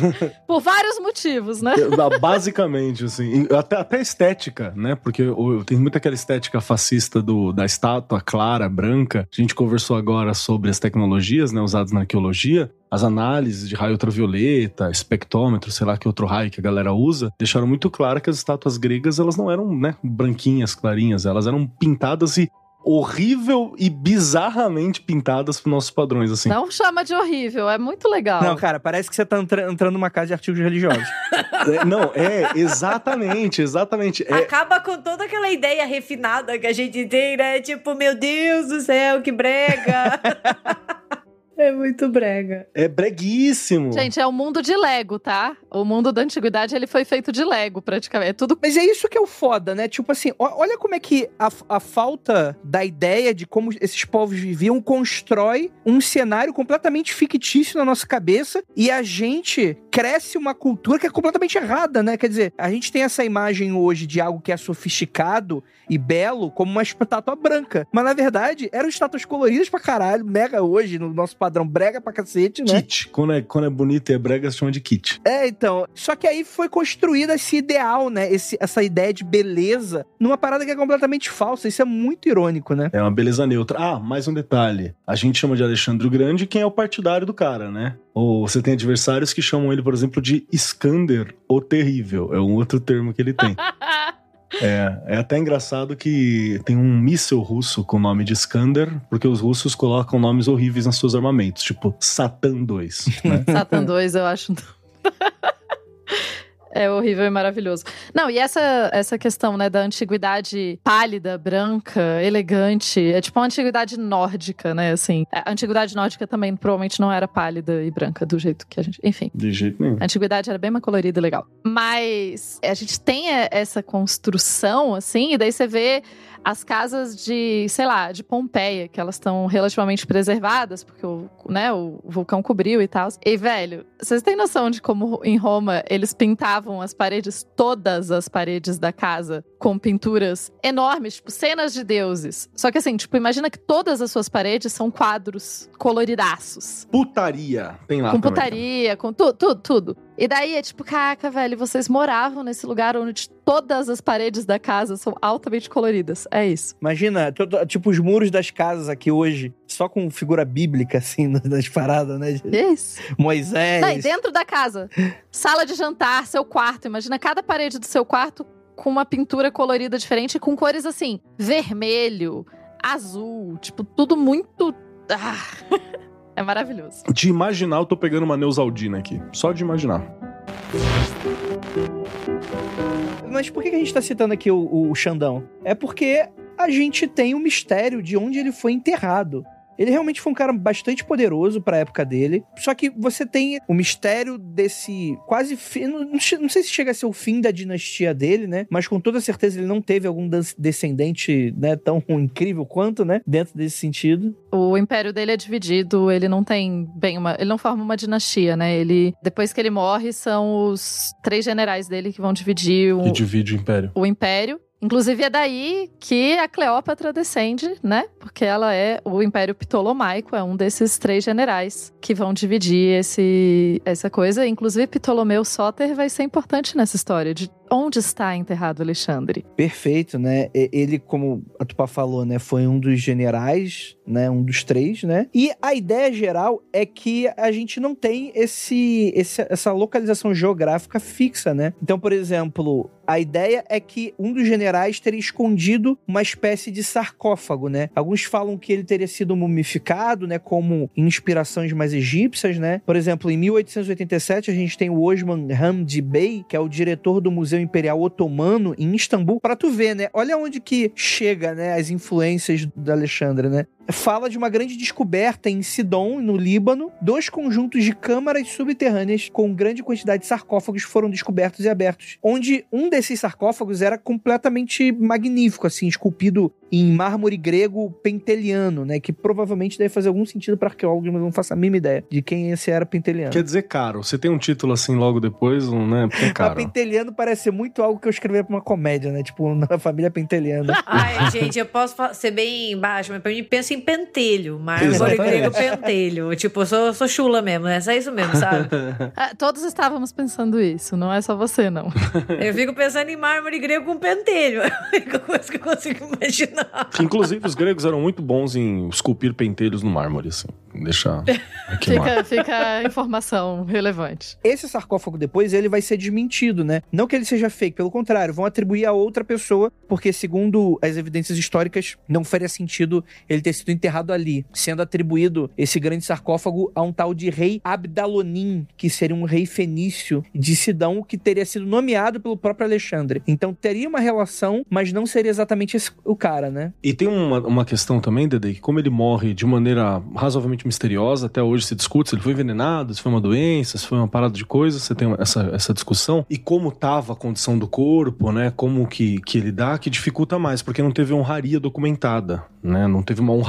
Por vários motivos, né? Basicamente, assim. Até, até estética, né? Porque tem muita aquela estética fascista do, da estátua clara, branca. A gente conversou agora sobre as tecnologias, né, usadas na arqueologia. As análises de raio ultravioleta, espectrômetro, sei lá que outro raio que a galera usa, deixaram muito claro que as estátuas gregas, elas não eram, né, branquinhas, clarinhas. Elas eram pintadas e horrível e bizarramente pintadas para nossos padrões, assim. Não chama de horrível, é muito legal. Não, cara, parece que você tá entra- entrando numa casa de artigos religiosos. É, não, é, exatamente, exatamente. É... Acaba com toda aquela ideia refinada que a gente tem, né? Tipo, meu Deus do céu, que brega. É muito brega. É breguíssimo. Gente, é o mundo de Lego, tá? O mundo da antiguidade, ele foi feito de Lego, praticamente. É tudo... Mas é isso que é o foda, né? Tipo assim, ó, olha como é que a, a falta da ideia de como esses povos viviam constrói um cenário completamente fictício na nossa cabeça e a gente cresce uma cultura que é completamente errada, né? Quer dizer, a gente tem essa imagem hoje de algo que é sofisticado e belo como uma estátua branca. Mas, na verdade, eram estátuas coloridas pra caralho, mega hoje, no nosso padrão brega pra cacete, né? Kit. Quando é, quando é bonito e é brega, se chama de kit. É, então. Só que aí foi construído esse ideal, né? Esse, essa ideia de beleza numa parada que é completamente falsa. Isso é muito irônico, né? É uma beleza neutra. Ah, mais um detalhe. A gente chama de Alexandre o Grande quem é o partidário do cara, né? Ou você tem adversários que chamam ele, por exemplo, de Iskander o Terrível. É um outro termo que ele tem. É, é até engraçado que tem um míssil russo com o nome de Iskander, porque os russos colocam nomes horríveis nos seus armamentos, tipo Satan dois, né? Satan dois, eu acho. É horrível e maravilhoso. Não, e essa, essa questão, né, da antiguidade pálida, branca, elegante, é tipo uma antiguidade nórdica, né, assim. A antiguidade nórdica também provavelmente não era pálida e branca do jeito que a gente... Enfim. De jeito nenhum. A antiguidade era bem mais colorida e legal. Mas a gente tem essa construção, assim, e daí você vê as casas de, sei lá, de Pompeia, que elas estão relativamente preservadas, porque o, né, o vulcão cobriu e tal. E, velho, vocês têm noção de como em Roma eles pintavam as paredes, todas as paredes da casa, com pinturas enormes, tipo, cenas de deuses. Só que assim, tipo, imagina que todas as suas paredes são quadros coloridaços. Putaria. Tem lá Com também. putaria, com tudo, tudo, tudo. E daí é tipo, caraca, velho, vocês moravam nesse lugar onde todas as paredes da casa são altamente coloridas. É isso. Imagina, tipo, os muros das casas aqui hoje, só com figura bíblica, assim, nas paradas, né? Isso. Moisés. Não, e dentro da casa. Sala de jantar, seu quarto. Imagina cada parede do seu quarto com uma pintura colorida diferente, com cores assim, vermelho, azul, tipo, tudo muito... Ah. É maravilhoso. De imaginar, eu tô pegando uma Neusaldina aqui. Só de imaginar. Mas por que a gente tá citando aqui o, o Xandão? É porque a gente tem o mistério de onde ele foi enterrado. Ele realmente foi um cara bastante poderoso pra época dele. Só que você tem o mistério desse quase... Fi... Não, não sei se chega a ser o fim da dinastia dele, né? Mas com toda certeza ele não teve algum descendente, né, tão incrível quanto, né? Dentro desse sentido. O império dele é dividido, ele não tem bem uma... Ele não forma uma dinastia, né? Ele... Depois que ele morre, são os três generais dele que vão dividir o... Que divide o império. O império. Inclusive é daí que a Cleópatra descende, né? Porque ela é o Império Ptolomaico, é um desses três generais que vão dividir esse, essa coisa. Inclusive Ptolomeu Sóter vai ser importante nessa história de onde está enterrado Alexandre. Perfeito, né? Ele, como a Tupá falou, né, foi um dos generais, né, um dos três, né? E a ideia geral é que a gente não tem esse, esse, essa localização geográfica fixa, né? Então, por exemplo, a ideia é que um dos generais teria escondido uma espécie de sarcófago, né? Alguns falam que ele teria sido mumificado, né, como inspirações mais egípcias, né? Por exemplo, em mil oitocentos e oitenta e sete a gente tem o Osman Hamdi Bey, que é o diretor do Museu Imperial Otomano em Istambul, pra tu ver, né? Olha onde que chega, né, as influências da Alexandre, né? Fala de uma grande descoberta em Sidon, no Líbano. Dois conjuntos de câmaras subterrâneas com grande quantidade de sarcófagos foram descobertos e abertos, onde um desses sarcófagos era completamente magnífico, assim, esculpido em mármore grego penteliano, né? Que provavelmente deve fazer algum sentido para arqueólogos, mas não faço a mínima ideia de quem esse era penteliano. Quer dizer caro. Você tem um título assim logo depois, né? Porque é caro. A penteliano parece ser muito algo que eu escreveria pra uma comédia, né? Tipo, na família penteliana. Ai, gente, eu posso ser bem baixo, mas pra mim pensa em pentelho, mármore grego pentelho. Tipo, eu sou, sou chula mesmo, é só isso mesmo, sabe? Ah, todos estávamos pensando isso, não é só você, não. Eu fico pensando em mármore grego com pentelho. É a única coisa que eu consigo imaginar. Inclusive, os gregos eram muito bons em esculpir pentelhos no mármore, assim. Deixar aqui fica, fica a informação relevante. Esse sarcófago depois, ele vai ser desmentido, né? Não que ele seja fake, pelo contrário, vão atribuir a outra pessoa, porque segundo as evidências históricas, não faria sentido ele ter sido enterrado ali, sendo atribuído esse grande sarcófago a um tal de rei Abdalonim, que seria um rei fenício de Sidão, que teria sido nomeado pelo próprio Alexandre. Então teria uma relação, mas não seria exatamente esse, o cara, né? E tem uma, uma questão também, Dede, que como ele morre de maneira razoavelmente misteriosa, até hoje se discute se ele foi envenenado, se foi uma doença, se foi uma parada de coisa, você tem essa, essa discussão. E como tava a condição do corpo, né? Como que, que ele dá, que dificulta mais, porque não teve honraria documentada, né? Não teve uma honraria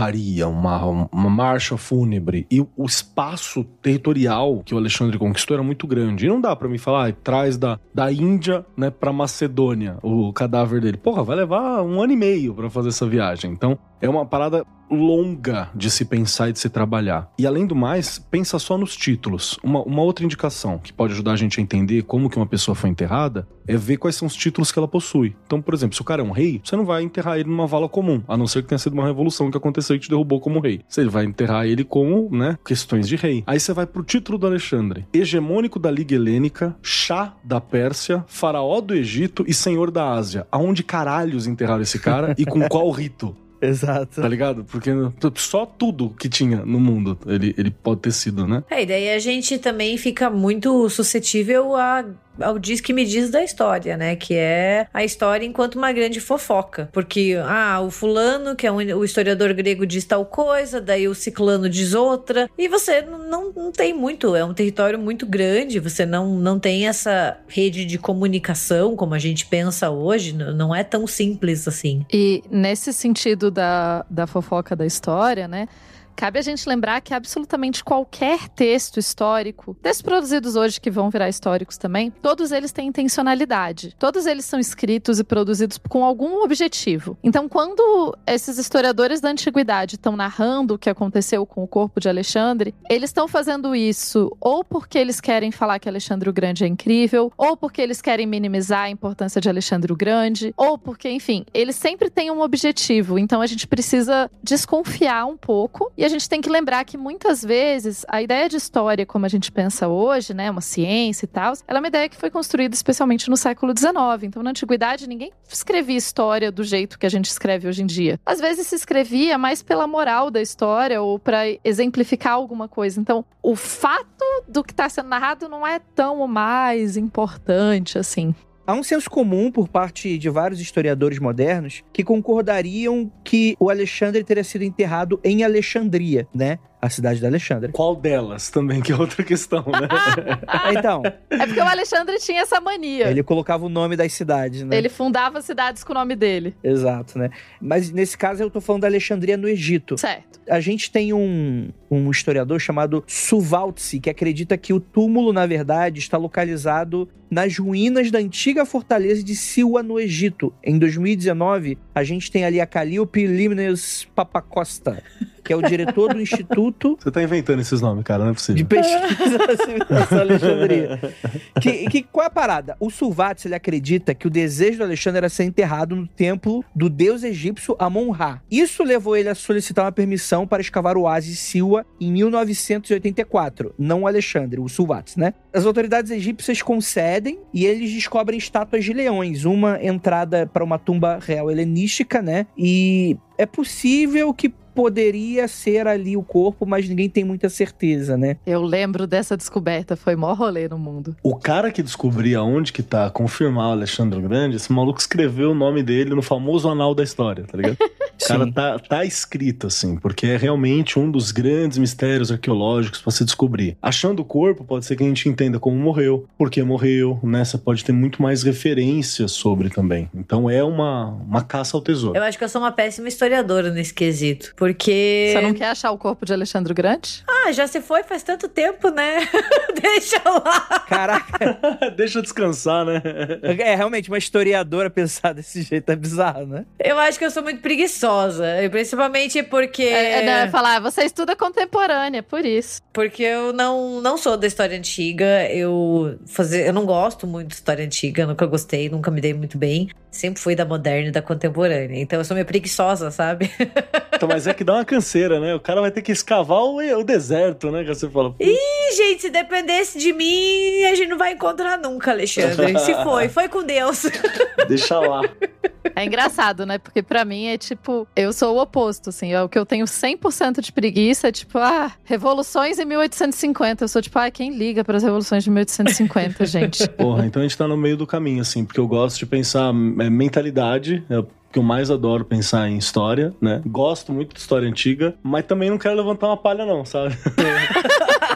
romaria, uma, uma marcha fúnebre. E o espaço territorial que o Alexandre conquistou era muito grande. E não dá pra mim falar, ah, traz da, da Índia, né, pra Macedônia o cadáver dele. Porra, vai levar um ano e meio pra fazer essa viagem. Então, é uma parada longa de se pensar e de se trabalhar. E além do mais, pensa só nos títulos. Uma, uma outra indicação que pode ajudar a gente a entender como que uma pessoa foi enterrada é ver quais são os títulos que ela possui. Então, por exemplo, se o cara é um rei, você não vai enterrar ele numa vala comum, a não ser que tenha sido uma revolução que aconteceu e te derrubou como rei. Você vai enterrar ele como, né, questões de rei. Aí você vai pro título do Alexandre: hegemônico da Liga Helênica, Shah da Pérsia, faraó do Egito e senhor da Ásia. Aonde caralhos enterraram esse cara e com qual rito? Exato. Tá ligado? Porque só tudo que tinha no mundo ele, ele pode ter sido, né? É, e daí a gente também fica muito suscetível a ao diz que me diz da história, né? Que é a história enquanto uma grande fofoca. Porque, ah, o fulano, que é um, o historiador grego, diz tal coisa, daí o ciclano diz outra. E você não, não tem muito, é um território muito grande, você não, não tem essa rede de comunicação como a gente pensa hoje, não é tão simples assim. E nesse sentido da, da fofoca da história, né? Cabe a gente lembrar que absolutamente qualquer texto histórico, textos produzidos hoje que vão virar históricos também, todos eles têm intencionalidade. Todos eles são escritos e produzidos com algum objetivo. Então, quando esses historiadores da antiguidade estão narrando o que aconteceu com o corpo de Alexandre, eles estão fazendo isso ou porque eles querem falar que Alexandre o Grande é incrível, ou porque eles querem minimizar a importância de Alexandre o Grande, ou porque, enfim, eles sempre têm um objetivo. Então, a gente precisa desconfiar um pouco e a gente tem que lembrar que muitas vezes a ideia de história, como a gente pensa hoje, né, uma ciência e tal, ela é uma ideia que foi construída especialmente no século dezenove. Então, na antiguidade, ninguém escrevia história do jeito que a gente escreve hoje em dia. Às vezes se escrevia mais pela moral da história ou para exemplificar alguma coisa. Então, o fato do que está sendo narrado não é tão o mais importante, assim. Há um senso comum por parte de vários historiadores modernos que concordariam que o Alexandre teria sido enterrado em Alexandria, né? A cidade da Alexandre. Qual delas também, que é outra questão, né? Então... É porque o Alexandre tinha essa mania. Ele colocava o nome das cidades, né? Ele fundava cidades com o nome dele. Exato, né? Mas nesse caso eu tô falando da Alexandria no Egito. Certo. A gente tem um, um historiador chamado Suvaltzi, que acredita que o túmulo, na verdade, está localizado nas ruínas da antiga fortaleza de Siwa, no Egito. Em dois mil e dezenove, a gente tem ali a Calliope Limnius Papacosta, que é o diretor do Instituto... Você tá inventando esses nomes, cara, não é possível. De pesquisa da civilização Alexandria. Que, que, qual é a parada? O Suvaltzi, ele acredita que o desejo do Alexandre era ser enterrado no templo do deus egípcio Amon-Ra. Isso levou ele a solicitar uma permissão para escavar o oásis Siwa em mil novecentos e oitenta e quatro. Não o Alexandre, o Suvaltzi, né? As autoridades egípcias concedem e eles descobrem estátuas de leões. Uma entrada para uma tumba real helenística, né? E é possível que poderia ser ali o corpo, mas ninguém tem muita certeza, né? Eu lembro dessa descoberta, foi mó rolê no mundo. O cara que descobria onde que tá, confirmar o Alexandre o Grande, esse maluco escreveu o nome dele no famoso anal da história, tá ligado? O cara tá, tá escrito, assim, porque é realmente um dos grandes mistérios arqueológicos pra se descobrir. Achando o corpo, pode ser que a gente entenda como morreu, por que morreu, né? Você pode ter muito mais referências sobre também. Então é uma, uma caça ao tesouro. Eu acho que eu sou uma péssima historiadora nesse quesito, porque... Você não quer achar o corpo de Alexandre o Grande? Ah, já se foi faz tanto tempo, né? Deixa lá. Caraca. Deixa descansar, né? É, realmente, uma historiadora pensar desse jeito é bizarro, né? Eu acho que eu sou muito preguiçosa, principalmente porque... É, é, não, é falar, você estuda contemporânea, por isso. Porque eu não, não sou da história antiga, eu, fazer, eu não gosto muito de história antiga, nunca gostei, nunca me dei muito bem. Sempre fui da moderna e da contemporânea, então eu sou meio preguiçosa, sabe? Então, mas é que dá uma canseira, né? O cara vai ter que escavar o, o deserto, né? Que você fala... Ih, gente, se dependesse de mim, a gente não vai encontrar nunca, Alexandre. Se foi, foi com Deus. Deixa lá. É engraçado, né? Porque pra mim é tipo... Eu sou o oposto, assim. É o que eu tenho cem por cento de preguiça é tipo... Ah, revoluções em mil oitocentos e cinquenta. Eu sou tipo... Ah, quem liga para as revoluções de mil oitocentos e cinquenta, gente? Porra, então a gente tá no meio do caminho, assim. Porque eu gosto de pensar é, mentalidade... É... que eu mais adoro pensar em história, né? Gosto muito de história antiga, mas também não quero levantar uma palha não, sabe?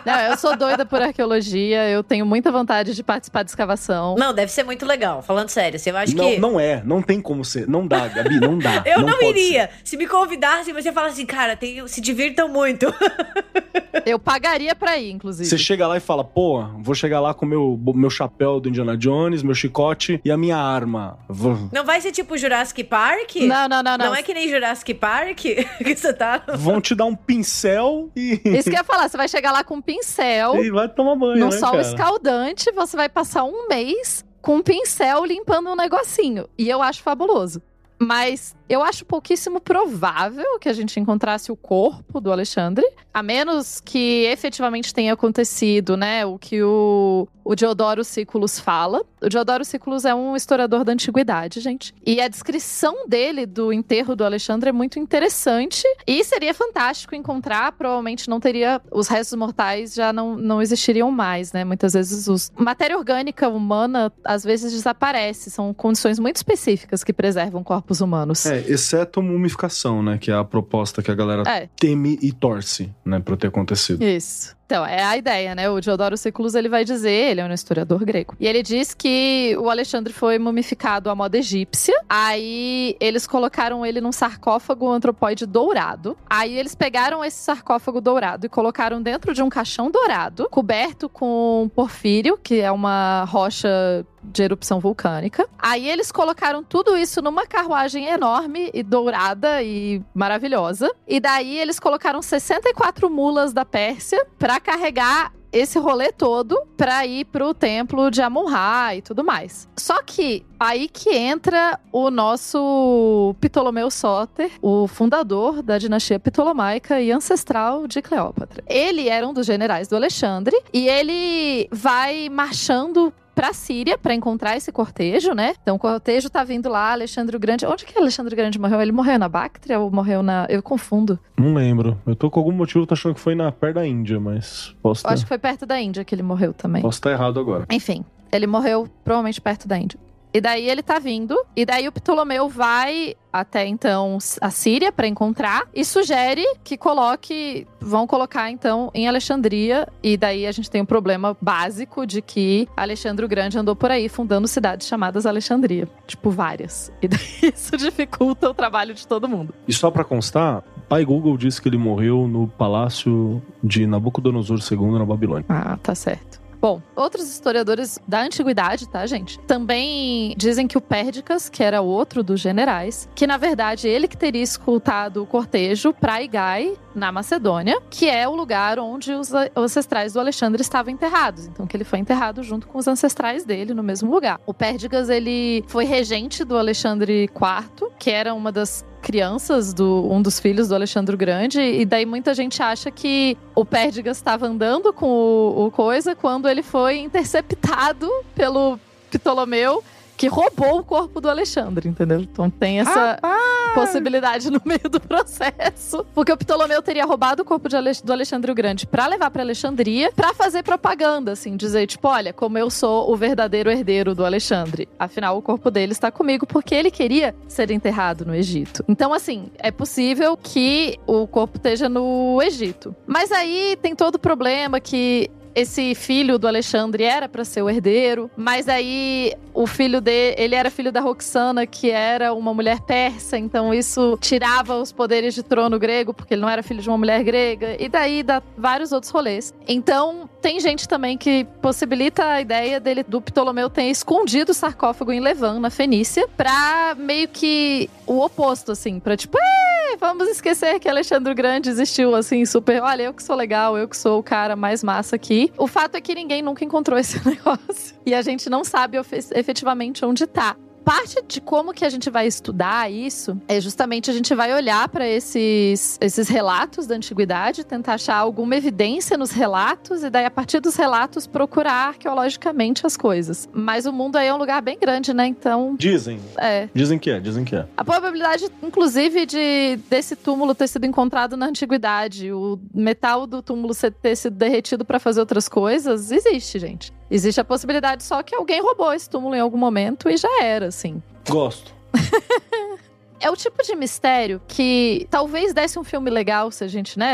Não, eu sou doida por arqueologia, eu tenho muita vontade de participar de escavação. Não, deve ser muito legal, falando sério. Eu acho não, que... não é, não tem como ser. Não dá, Gabi, não dá. Eu não, não, pode iria. ser. Se me convidassem, você fala assim, cara, tem... se divirtam muito. Eu pagaria pra ir, inclusive. Você chega lá e fala, pô, vou chegar lá com meu meu chapéu do Indiana Jones, meu chicote e a minha arma. Vou... Não vai ser tipo Jurassic Park? Não, não, não, não. Não é que nem Jurassic Park que você tá... Vão te dar um pincel e... Isso que eu ia falar, você vai chegar lá com um pincel, e vai tomar banho, num né, sol cara? escaldante, você vai passar um mês com um pincel limpando um negocinho. E eu acho fabuloso. Mas eu acho pouquíssimo provável que a gente encontrasse o corpo do Alexandre, a menos que efetivamente tenha acontecido, né, o que o, o Diodoro Siculus fala. O Diodoro Siculus é um historiador da antiguidade, gente. E a descrição dele do enterro do Alexandre é muito interessante e seria fantástico encontrar. Provavelmente não teria... Os restos mortais já não, não existiriam mais, né? Muitas vezes os... Matéria orgânica humana, às vezes, desaparece. São condições muito específicas que preservam corpos humanos. É, exceto mumificação, né? Que é a proposta que a galera É. teme e torce, né? Pra ter acontecido. Isso. Então, é a ideia, né? O Diodoro Siculus, ele vai dizer, ele é um historiador grego, e ele diz que o Alexandre foi mumificado à moda egípcia, aí eles colocaram ele num sarcófago antropóide dourado, aí eles pegaram esse sarcófago dourado e colocaram dentro de um caixão dourado, coberto com porfírio, que é uma rocha de erupção vulcânica. Aí eles colocaram tudo isso numa carruagem enorme e dourada e maravilhosa, e daí eles colocaram sessenta e quatro mulas da Pérsia pra carregar esse rolê todo pra ir pro templo de Amon-Ra e tudo mais. Só que aí que entra o nosso Ptolomeu Sóter, o fundador da dinastia ptolomaica e ancestral de Cleópatra. Ele era um dos generais do Alexandre e ele vai marchando pra Síria pra encontrar esse cortejo, né? Então o cortejo tá vindo lá, Alexandre o Grande. Onde que Alexandre o Grande morreu? Ele morreu na Bactria ou morreu na... Eu confundo. Não lembro. Eu tô com algum motivo, tô achando que foi na perto da Índia, mas posso Eu tá... acho que foi perto da Índia que ele morreu também. Posso estar errado agora. Enfim, ele morreu provavelmente perto da Índia. E daí ele tá vindo, e daí o Ptolomeu vai até então a Síria pra encontrar e sugere que coloque, vão colocar então em Alexandria, e daí a gente tem um problema básico de que Alexandre o Grande andou por aí fundando cidades chamadas Alexandria, tipo várias. E daí isso dificulta o trabalho de todo mundo. E só pra constar, pai Google disse que ele morreu no palácio de Nabucodonosor segundo na Babilônia. Ah, tá certo. Bom, outros historiadores da antiguidade, tá, gente? Também dizem que o Pérdicas, que era outro dos generais, que na verdade ele que teria escoltado o cortejo pra Igai, na Macedônia, que é o lugar onde os ancestrais do Alexandre estavam enterrados. Então que ele foi enterrado junto com os ancestrais dele no mesmo lugar. O Pérdigas, ele foi regente do Alexandre quarto, que era uma das crianças, do, um dos filhos do Alexandre o Grande, e daí muita gente acha que o Pérdigas estava andando com o, o coisa quando ele foi interceptado pelo Ptolomeu, que roubou o corpo do Alexandre, entendeu? Então tem essa Rapaz! possibilidade no meio do processo. Porque o Ptolomeu teria roubado o corpo de Ale- do Alexandre o Grande pra levar pra Alexandria, pra fazer propaganda, assim, dizer, tipo, olha, como eu sou o verdadeiro herdeiro do Alexandre. Afinal, o corpo dele está comigo porque ele queria ser enterrado no Egito. Então, assim, é possível que o corpo esteja no Egito. Mas aí tem todo o problema que esse filho do Alexandre era pra ser o herdeiro, mas aí o filho dele, ele era filho da Roxana, que era uma mulher persa, então isso tirava os poderes de trono grego, porque ele não era filho de uma mulher grega, e daí dá vários outros rolês. Então, tem gente também que possibilita a ideia dele, do Ptolomeu ter escondido o sarcófago em Levan, na Fenícia, pra meio que o oposto, assim, pra tipo, é, vamos esquecer que Alexandre o Grande existiu, assim, super, olha, eu que sou legal, eu que sou o cara mais massa aqui. O fato é que ninguém nunca encontrou esse negócio. E a gente não sabe efetivamente onde tá. Parte de como que a gente vai estudar isso é justamente a gente vai olhar para esses, esses relatos da antiguidade, tentar achar alguma evidência nos relatos e daí a partir dos relatos procurar arqueologicamente as coisas. Mas o mundo aí é um lugar bem grande, né? Então... Dizem. É. Dizem que é, dizem que é. A probabilidade, inclusive, de desse túmulo ter sido encontrado na antiguidade, o metal do túmulo ter sido derretido para fazer outras coisas, existe, gente. Existe a possibilidade só que alguém roubou esse túmulo em algum momento e já era, assim. Gosto. É o tipo de mistério que talvez desse um filme legal se a gente, né, assim...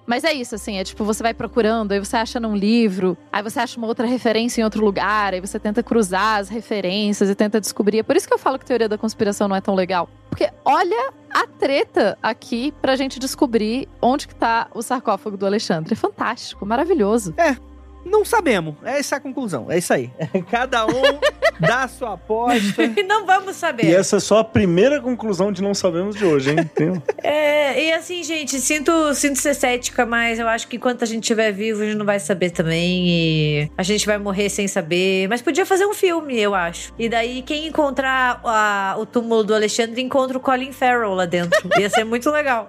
Mas é isso, assim, é tipo, você vai procurando, aí você acha num livro, aí você acha uma outra referência em outro lugar, aí você tenta cruzar as referências e tenta descobrir. É por isso que eu falo que teoria da conspiração não é tão legal. Porque olha a treta aqui pra gente descobrir onde que tá o sarcófago do Alexandre. É fantástico, maravilhoso. É. Não sabemos. Essa é a conclusão. É isso aí. Cada um dá a sua aposta. E não vamos saber. E essa é só a primeira conclusão de não sabemos de hoje, hein? Tem... É, e assim, gente, sinto, sinto ser cética, mas eu acho que enquanto a gente estiver vivo, a gente não vai saber também. E a gente vai morrer sem saber. Mas podia fazer um filme, eu acho. E daí, quem encontrar a, o túmulo do Alexandre, encontra o Colin Farrell lá dentro. Ia ser muito legal.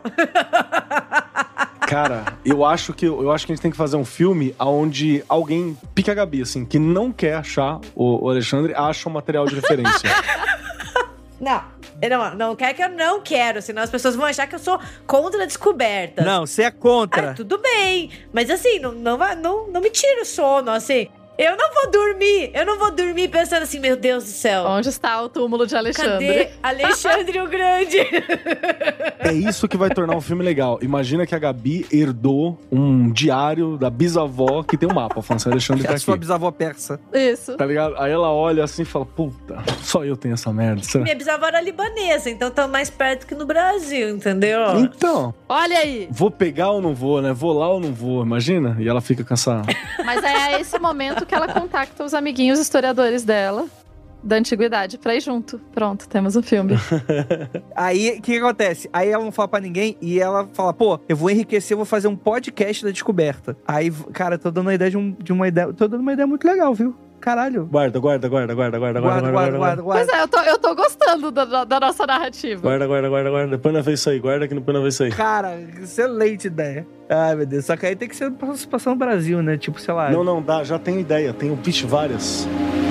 Cara, eu acho que eu acho que a gente tem que fazer um filme onde alguém pica a Gabi, assim, que não quer achar o, o Alexandre, acha um material de referência. Não, não, não quer que eu não quero, senão as pessoas vão achar que eu sou contra a descoberta. Não, você é contra. Ah, tudo bem, mas assim, não, não, não, não me tira o sono, assim. Eu não vou dormir, eu não vou dormir pensando assim, meu Deus do céu. Onde está o túmulo de Alexandre? Cadê Alexandre o Grande? É isso que vai tornar um filme legal. Imagina que a Gabi herdou um diário da bisavó que tem um mapa, falando assim, Alexandre tá É a sua aqui. bisavó persa. Isso. Tá ligado? Aí ela olha assim e fala, puta, só eu tenho essa merda. Será? Minha bisavó era libanesa, então tá mais perto que no Brasil, entendeu? Então, Olha aí. vou pegar ou não vou, né? Vou lá ou não vou, imagina? E ela fica com essa... Mas é a esse momento que ela contacta os amiguinhos historiadores dela, da antiguidade, pra ir junto. Pronto, temos um filme. Aí, o que, que acontece? Aí ela não fala pra ninguém e ela fala, pô, eu vou enriquecer, eu vou fazer um podcast da descoberta. Aí, cara, tô dando uma ideia de, um, de uma ideia... Tô dando uma ideia muito legal, viu? Caralho. Guarda, guarda, guarda, guarda, guarda, guarda, Guarda, guarda, guarda, Pois guarda. é, eu tô, eu tô gostando da, da nossa narrativa. Guarda, guarda, guarda, guarda. Depois nós vemos isso aí. Guarda que depois nós vemos isso aí. Cara, excelente ideia. Ai, meu Deus. Só que aí tem que ser participação no Brasil, né? Tipo, sei lá... Não, não, dá. Já tenho ideia. Tenho pitch várias.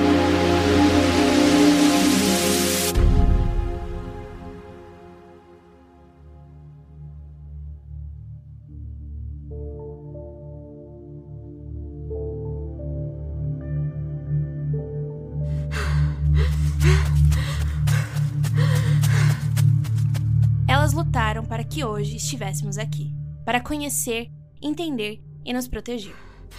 Elas lutaram para que hoje estivéssemos aqui, para conhecer, entender e nos proteger.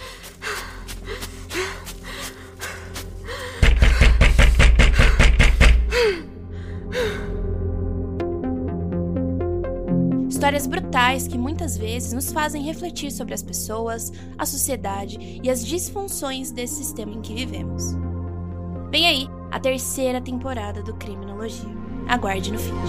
Histórias brutais que muitas vezes nos fazem refletir sobre as pessoas, a sociedade e as disfunções desse sistema em que vivemos. Vem aí a terceira temporada do Criminologia. Aguarde no feed.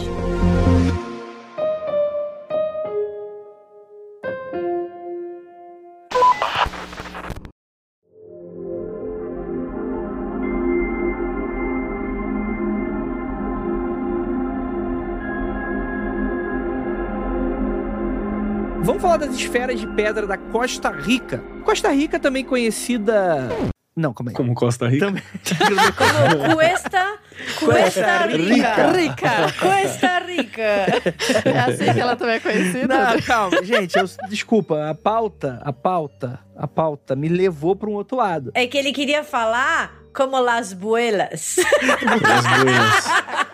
Vamos falar das esferas de pedra da Costa Rica. Costa Rica também conhecida... Não, calma aí. Como Costa Rica. Também... Como Cuesta, Cuesta Rica. Rica. Cuesta Rica. É assim que ela também é conhecida? Não, calma, gente, eu, desculpa, a pauta, a pauta, a pauta me levou para um outro lado. É que ele queria falar como Las Buelas. Las Buenas.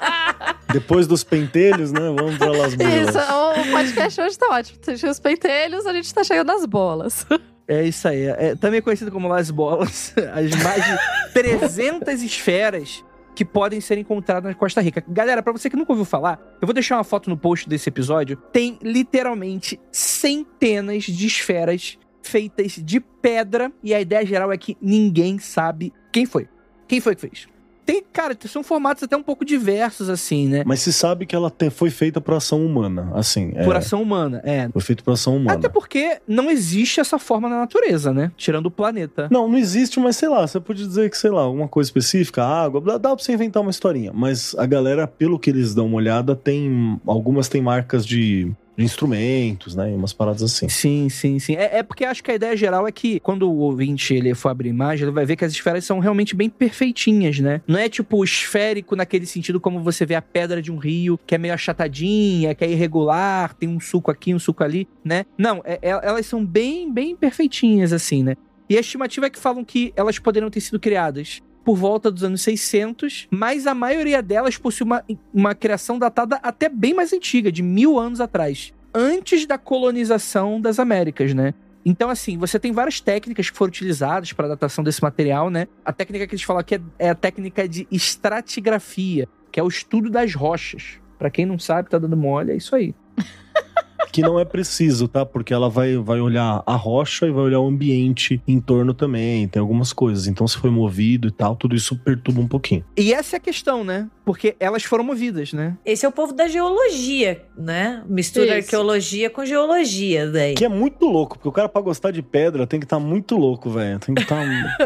Depois dos pentelhos, né? Vamos pra Las Buenas. Isso, o podcast hoje tá ótimo. Você tinha os pentelhos, a gente tá chegando nas bolas. É isso aí. É, também conhecido como Las Bolas, as mais de trezentas esferas que podem ser encontradas na Costa Rica. Galera, pra você que nunca ouviu falar, eu vou deixar uma foto no post desse episódio. Tem literalmente centenas de esferas feitas de pedra e a ideia geral é que ninguém sabe quem foi. Quem foi que fez? Tem, cara, são formatos até um pouco diversos, assim, né? Mas se sabe que ela te, foi feita por ação humana, assim. Por é, ação humana, é. Foi feita por ação humana. Até porque não existe essa forma na natureza, né? Tirando o planeta. Não, não existe, mas sei lá, você pode dizer que, sei lá, alguma coisa específica, água, dá, dá pra você inventar uma historinha. Mas a galera, pelo que eles dão uma olhada, tem. Algumas tem marcas de. de instrumentos, né? E umas paradas assim. Sim, sim, sim. É, é porque acho que a ideia geral é que quando o ouvinte ele for abrir imagem, ele vai ver que as esferas são realmente bem perfeitinhas, né? Não é tipo esférico naquele sentido como você vê a pedra de um rio, que é meio achatadinha, que é irregular, tem um suco aqui, um suco ali, né? Não, é, é, elas são bem, bem perfeitinhas, assim, né? E a estimativa é que falam que elas poderiam ter sido criadas por volta dos anos seiscentos, mas a maioria delas possui uma, uma criação datada até bem mais antiga, de mil anos atrás. antes da colonização das Américas, né? Então, assim, você tem várias técnicas que foram utilizadas para a datação desse material, né? A técnica que eles falam aqui é, é a técnica de estratigrafia, que é o estudo das rochas. Pra quem não sabe, tá dando mole, é isso aí. Que não é preciso, tá? Porque ela vai, vai olhar a rocha e vai olhar o ambiente em torno também, tem algumas coisas. Então, se foi movido e tal, tudo isso perturba um pouquinho. E essa é a questão, né? Porque elas foram movidas, né? Esse é o povo da geologia, né? Mistura Isso. arqueologia com geologia daí. Que é muito louco, porque o cara, pra gostar de pedra, tem que estar muito louco, velho. Tem que estar...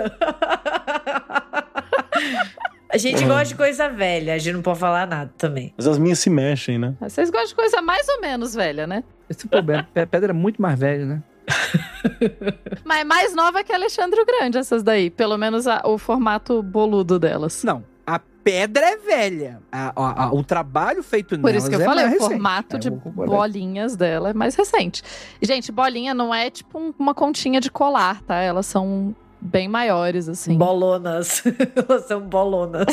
A gente gosta de coisa velha, a gente não pode falar nada também. Mas as minhas se mexem, né? Vocês gostam de coisa mais ou menos velha, né? Esse é o problema. A pedra é muito mais velha, né? Mas é mais nova que Alexandre o Grande, essas daí. Pelo menos a- o formato boludo delas. Não, a pedra é velha. A- a- a- o trabalho feito Por nelas isso que eu é falei, o mais recente. formato É, de eu vou concordar. bolinhas dela é mais recente. E, gente, bolinha não é tipo um- uma continha de colar, tá? Elas são bem maiores, assim. Bolonas. Elas são bolonas.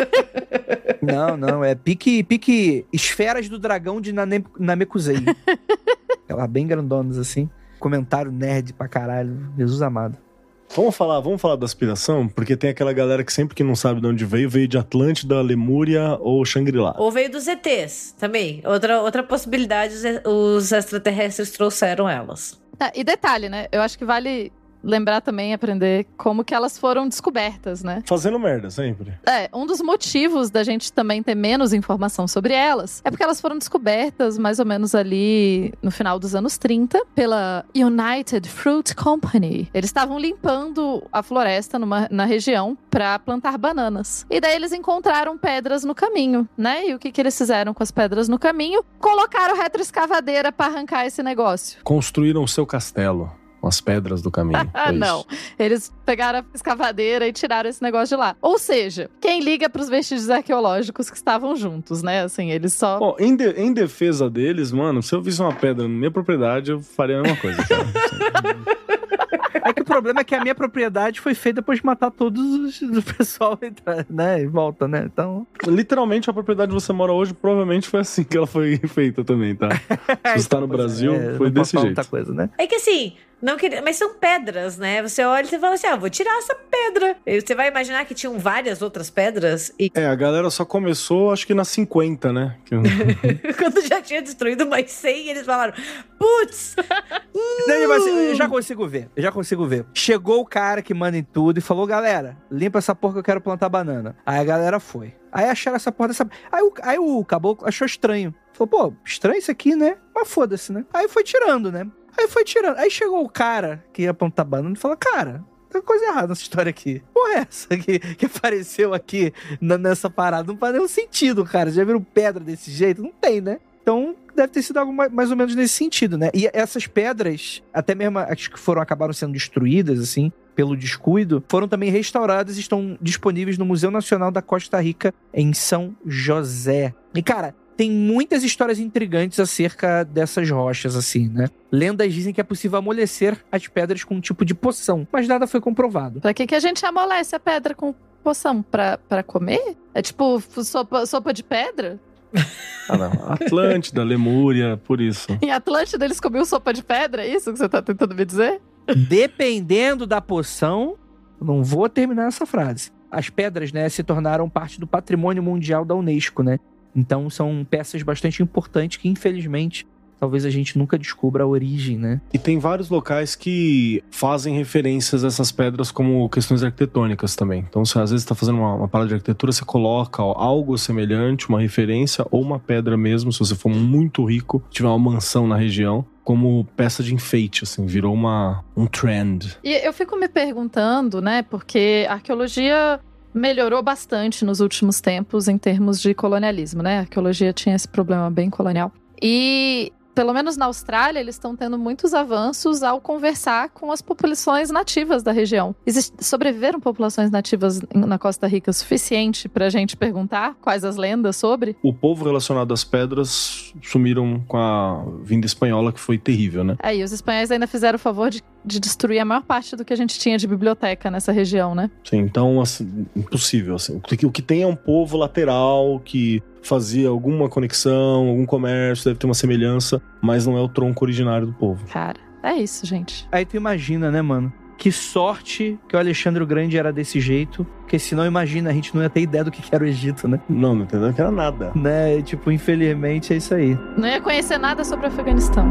Não, não, é pique, pique esferas do dragão de Nane- Namekusei. Aquelas bem grandonas, assim. Comentário nerd pra caralho. Jesus amado. Vamos falar, vamos falar da aspiração? Porque tem aquela galera que sempre que não sabe de onde veio, veio de Atlântida, Lemúria ou Shangri-La. Ou veio dos E Tês também. Outra, outra possibilidade, os- os extraterrestres trouxeram elas. Ah, e detalhe, né? Eu acho que vale lembrar também, aprender como que elas foram descobertas, né? Fazendo merda, sempre. É, um dos motivos da gente também ter menos informação sobre elas é porque elas foram descobertas mais ou menos ali no final dos anos trinta pela United Fruit Company. Eles estavam limpando a floresta numa, na região para plantar bananas. E daí eles encontraram pedras no caminho, né? E o que, que eles fizeram com as pedras no caminho? Colocaram retroescavadeira para arrancar esse negócio. Construíram o seu castelo com as pedras do caminho. Ah, É isso. não. Eles pegaram a escavadeira e tiraram esse negócio de lá. Ou seja, quem liga pros vestígios arqueológicos que estavam juntos, né? Assim, eles só... Ó, em, de- em defesa deles, mano, se eu visse uma pedra na minha propriedade, eu faria a mesma coisa, cara. É que o problema é que a minha propriedade foi feita depois de matar todos os do pessoal, né? E volta, né? Então. Literalmente, a propriedade que você mora hoje, provavelmente foi assim que ela foi feita também, tá? Se você tá no Brasil, É, foi não posso desse falar jeito. muita coisa, né? É que assim, não queria, mas são pedras, né? Você olha e você fala assim: ah, vou tirar essa pedra. E você vai imaginar que tinham várias outras pedras e É, a galera só começou, acho que na cinquenta, né? Que- quando já tinha destruído mais cem, eles falaram: putz, Não, mas eu já consigo ver, eu já consigo ver. Chegou o cara que manda em tudo e falou: galera, limpa essa porra que eu quero plantar banana. Aí a galera foi. Aí acharam essa porra dessa. Aí o, aí o caboclo achou estranho. Falou: pô, estranho isso aqui, né? Mas foda-se, né? Aí foi tirando, né? Aí foi tirando. Aí chegou o cara que ia plantar banana e falou: cara, tem coisa errada nessa história aqui. Porra, é essa que, que apareceu aqui na- nessa parada? Não faz nenhum sentido, cara. Já viram pedra desse jeito? Não tem, né? Então, deve ter sido algo mais, mais ou menos nesse sentido, né? E essas pedras, até mesmo as que foram, acabaram sendo destruídas, assim, pelo descuido, foram também restauradas e estão disponíveis no Museu Nacional da Costa Rica, em São José. E, cara, tem muitas histórias intrigantes acerca dessas rochas, assim, né? Lendas dizem que é possível amolecer as pedras com um tipo de poção, mas nada foi comprovado. Pra que, que a gente amolece a pedra com poção? Pra, pra comer? É tipo sopa, sopa de pedra? Ah, não. Atlântida, Lemúria, por isso. Em Atlântida eles comiam sopa de pedra? É isso que você tá tentando me dizer? Dependendo da poção, eu não vou terminar essa frase. As pedras, né, se tornaram parte do patrimônio mundial da Unesco, né? Então são peças bastante importantes que, infelizmente, talvez a gente nunca descubra a origem, né? E tem vários locais que fazem referências a essas pedras como questões arquitetônicas também. Então, se às vezes está fazendo uma, uma parada de arquitetura, você coloca algo semelhante, uma referência, ou uma pedra mesmo, se você for muito rico, tiver uma mansão na região, como peça de enfeite, assim, virou uma, um trend. E eu fico me perguntando, né, porque a arqueologia melhorou bastante nos últimos tempos em termos de colonialismo, né? A arqueologia tinha esse problema bem colonial. E, pelo menos na Austrália, eles estão tendo muitos avanços ao conversar com as populações nativas da região. Existe, sobreviveram populações nativas na Costa Rica o suficiente pra gente perguntar quais as lendas sobre? O povo relacionado às pedras sumiram com a vinda espanhola, que foi terrível, né? Aí, os espanhóis ainda fizeram o favor de de destruir a maior parte do que a gente tinha de biblioteca nessa região, né? Sim, então, assim, impossível, assim. O que tem é um povo lateral que fazia alguma conexão, algum comércio, deve ter uma semelhança, mas não é o tronco originário do povo. Cara, é isso, gente. Aí tu imagina, né, mano? Que sorte que o Alexandre o Grande era desse jeito, porque senão, imagina, a gente não ia ter ideia do que era o Egito, né? Não, não entendeu que era nada. Né, tipo, infelizmente é isso aí. Não ia conhecer nada sobre o Afeganistão.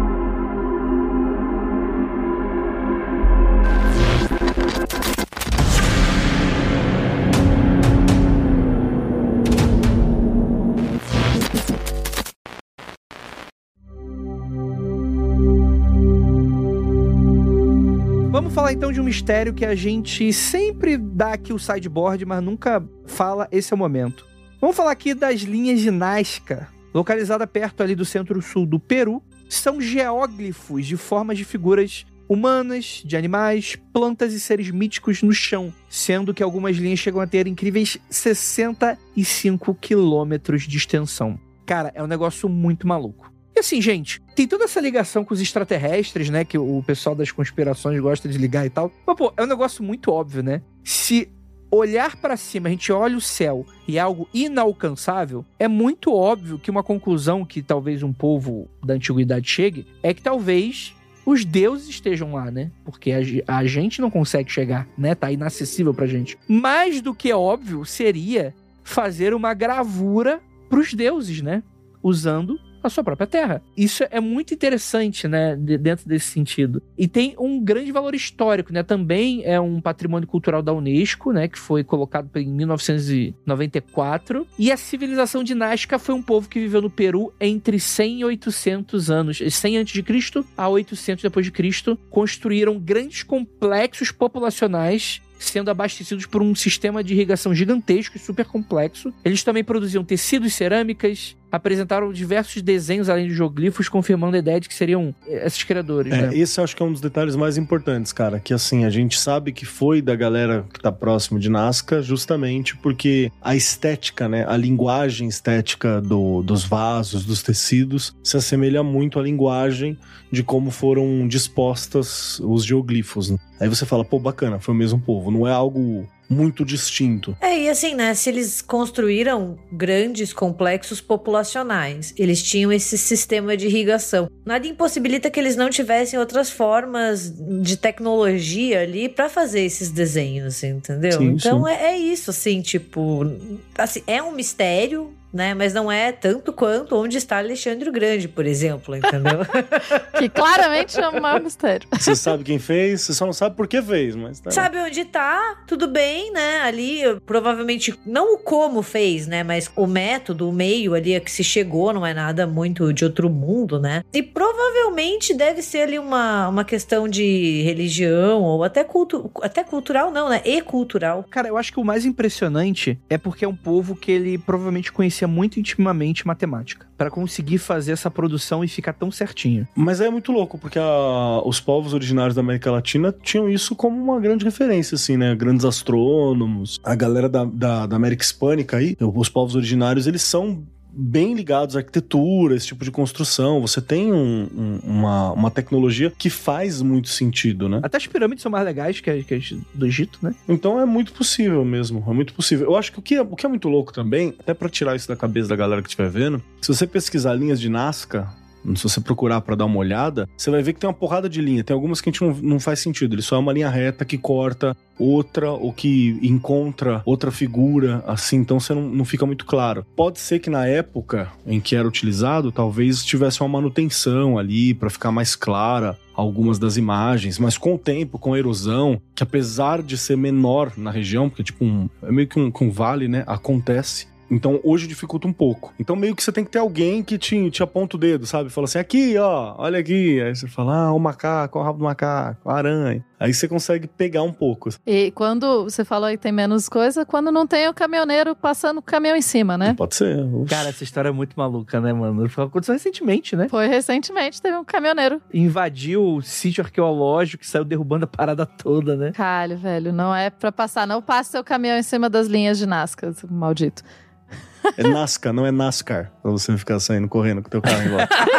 Vamos falar então de um mistério que a gente sempre dá aqui o sideboard, mas nunca fala, esse é o momento. Vamos falar aqui das linhas de Nazca, localizada perto ali do centro-sul do Peru. São geóglifos de formas de figuras humanas, de animais, plantas e seres míticos no chão, sendo que algumas linhas chegam a ter incríveis sessenta e cinco quilômetros de extensão. Cara, é um negócio muito maluco. E assim, gente, tem toda essa ligação com os extraterrestres, né, que o pessoal das conspirações gosta de ligar e tal. Mas, pô, é um negócio muito óbvio, né? Se olhar pra cima, a gente olha o céu e é algo inalcançável, é muito óbvio que uma conclusão que talvez um povo da antiguidade chegue é que talvez os deuses estejam lá, né? Porque a, a gente não consegue chegar, né? Tá inacessível pra gente. Mais do que óbvio seria fazer uma gravura pros deuses, né? Usando a sua própria terra. Isso é muito interessante, né, de, dentro desse sentido. E tem um grande valor histórico, né, também é um patrimônio cultural da Unesco, né, que foi colocado em mil novecentos e noventa e quatro, e a civilização de Nazca foi um povo que viveu no Peru entre cem e oitocentos anos, cem antes de Cristo a oitocentos depois de Cristo, construíram grandes complexos populacionais sendo abastecidos por um sistema de irrigação gigantesco e super complexo. Eles também produziam tecidos, cerâmicas, apresentaram diversos desenhos além de geoglifos, confirmando a ideia de que seriam esses criadores, é, né? Esse eu acho que é um dos detalhes mais importantes, cara, que assim, a gente sabe que foi da galera que tá próximo de Nazca justamente porque a estética, né, a linguagem estética do, dos vasos, dos tecidos, se assemelha muito à linguagem de como foram dispostas os geoglifos, né? Aí você fala, pô, bacana, foi o mesmo povo, não é algo muito distinto. É, e assim, né, se eles construíram grandes complexos populacionais, eles tinham esse sistema de irrigação, nada impossibilita que eles não tivessem outras formas de tecnologia ali pra fazer esses desenhos, entendeu? Sim, então sim. É, é isso, assim, tipo, assim, é um mistério, né, mas não é tanto quanto onde está Alexandre o Grande, por exemplo, entendeu? Que claramente é um maior mistério. Você sabe quem fez, você só não sabe por que fez, mas tá. Sabe onde tá, tudo bem, né? Ali, provavelmente, não o como fez, né? Mas o método, o meio ali a que se chegou, não é nada muito de outro mundo, né? E provavelmente deve ser ali uma, uma questão de religião, ou até, cultu até cultural, não, né? E cultural. Cara, eu acho que o mais impressionante é porque é um povo que ele provavelmente conhecia muito intimamente matemática, para conseguir fazer essa produção e ficar tão certinho. Mas é muito louco, porque a, os povos originários da América Latina tinham isso como uma grande referência, assim, né? Grandes astrônomos, a galera da, da, da América Hispânica aí, os povos originários, eles são bem ligados à arquitetura, esse tipo de construção. Você tem um, um, uma, uma tecnologia que faz muito sentido, né? Até as pirâmides são mais legais que as, que as do Egito, né? Então é muito possível mesmo, é muito possível. Eu acho que o que é, o que é muito louco também, até pra tirar isso da cabeça da galera que estiver vendo, se você pesquisar linhas de Nazca, se você procurar pra dar uma olhada, você vai ver que tem uma porrada de linha. Tem algumas que a gente não, não faz sentido. Ele só é uma linha reta que corta outra ou que encontra outra figura, assim, então você não, não fica muito claro. Pode ser que na época em que era utilizado, talvez tivesse uma manutenção ali pra ficar mais clara algumas das imagens, mas com o tempo, com a erosão, que apesar de ser menor na região, porque tipo um, é meio que um, um vale, né, acontece. Então, hoje dificulta um pouco. Então, meio que você tem que ter alguém que te, te aponta o dedo, sabe? Fala assim, aqui, ó, olha aqui. Aí você fala, ah, o macaco, o rabo do macaco, a aranha. Aí você consegue pegar um pouco. E quando você falou aí tem menos coisa, quando não tem o caminhoneiro passando o caminhão em cima, né? Pode ser. Ux. Cara, essa história é muito maluca, né, mano? Aconteceu recentemente, né? Foi recentemente, teve um caminhoneiro. Invadiu o sítio arqueológico, saiu derrubando a parada toda, né? Caralho, velho, não é pra passar. Não passe seu caminhão em cima das linhas de Nazca, maldito. É Nazca, não é NASCAR, pra você ficar saindo correndo com o teu carro em volta.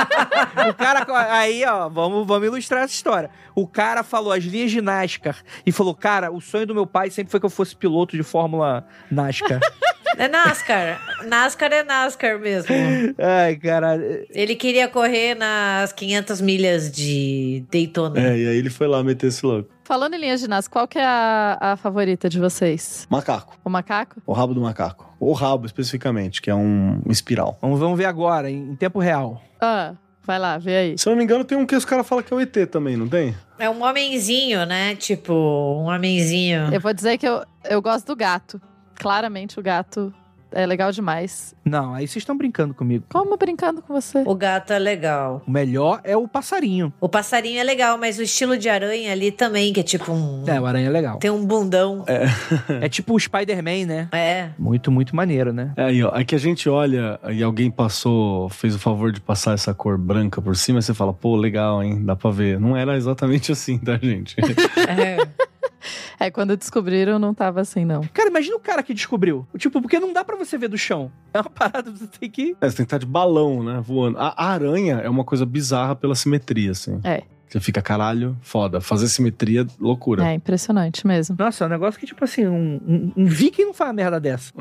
O cara, aí, ó, vamos, vamos ilustrar essa história. O cara falou as linhas de NASCAR e falou, cara, o sonho do meu pai sempre foi que eu fosse piloto de Fórmula NASCAR. É NASCAR. NASCAR é NASCAR mesmo. Ai, cara. Ele queria correr nas quinhentas milhas de Daytona. É, e aí ele foi lá meter esse louco. Falando em linhas de NASCAR, qual que é a, a favorita de vocês? Macaco. O macaco? O rabo do macaco. O rabo, especificamente, que é um, um espiral. Vamos, vamos ver agora, em, em tempo real. Ah, vai lá, vê aí. Se eu não me engano, tem um que os caras falam que é o E T também, não tem? É um homenzinho, né? Tipo, um homenzinho. Eu vou dizer que eu, eu gosto do gato. Claramente o gato é legal demais. Não, aí vocês estão brincando comigo. Como brincando com você? O gato é legal. O melhor é o passarinho. O passarinho é legal, mas o estilo de aranha ali também, que é tipo um... É, o aranha é legal. Tem um bundão. É, É tipo o Spider-Man, né? É. Muito, muito maneiro, né? é aí, ó. É que a gente olha e alguém passou, fez o favor de passar essa cor branca por cima e você fala, pô, legal, hein? Dá pra ver. Não era exatamente assim, tá, gente? É. É, quando descobriram, não tava assim, não. Cara, imagina o cara que descobriu. Tipo, porque não dá pra você ver do chão. É uma parada, você tem que... É, você tem que estar de balão, né? Voando. A, a aranha é uma coisa bizarra pela simetria, assim. É. Você fica, caralho, foda. Fazer simetria, loucura. É impressionante mesmo. Nossa, é um negócio que, tipo assim, um, um, um viking não faz uma merda dessa.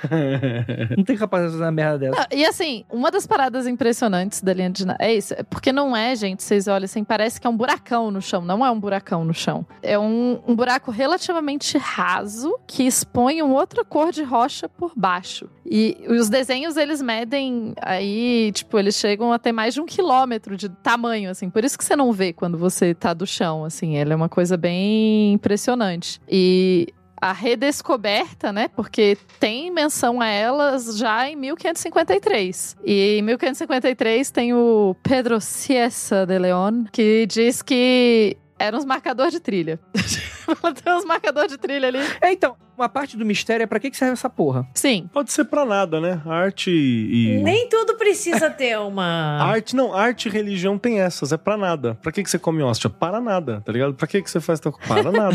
Não tem capacidade de fazer uma merda dessa. Ah, e assim, uma das paradas impressionantes da linha de NASCAR é isso, é porque não é, gente, vocês olham assim, parece que é um buracão no chão, não é um buracão no chão. É um, um buraco relativamente raso que expõe uma outra cor de rocha por baixo. E os desenhos, eles medem aí, tipo, eles chegam a ter mais de um quilômetro de tamanho, assim, por isso que você não vê quando você tá do chão, assim, ela é uma coisa bem impressionante. E a redescoberta, né, porque tem menção a elas já em mil quinhentos e cinquenta e três. E em mil quinhentos e cinquenta e três tem o Pedro Cieza de León, que diz que eram uns marcadores de trilha. Tem uns marcadores de trilha ali. É, então, uma parte do mistério é pra que que serve essa porra? Sim. Pode ser pra nada, né? Arte e... Nem tudo precisa ter uma... Arte, não, arte e religião tem essas, é pra nada. Pra que que você come hóstia? Para nada, tá ligado? Pra que que você faz tal... Para nada.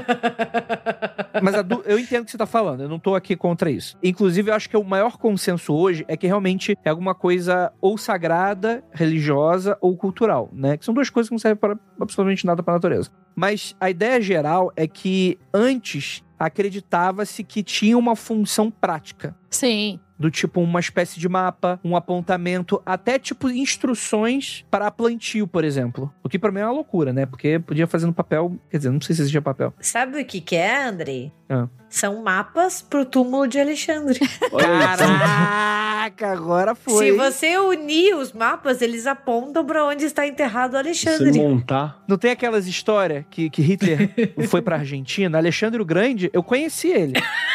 Mas a du- eu entendo o que você tá falando, eu não tô aqui contra isso. Inclusive, eu acho que o maior consenso hoje é que realmente é alguma coisa ou sagrada, religiosa ou cultural, né? Que são duas coisas que não servem para absolutamente nada pra natureza. Mas a ideia geral é que antes acreditava-se que tinha uma função prática. Sim. Do tipo uma espécie de mapa, um apontamento, até tipo instruções para plantio, por exemplo. O que pra mim é uma loucura, né? Porque podia fazer no papel, quer dizer, não sei se existia papel. Sabe o que que é, Andrei? Ah. São mapas pro túmulo de Alexandre. Caraca, agora foi. Se você unir os mapas, eles apontam pra onde está enterrado Você Alexandre. montar... Não tem aquelas histórias que, que Hitler foi pra Argentina? Alexandre o Grande, eu conheci ele.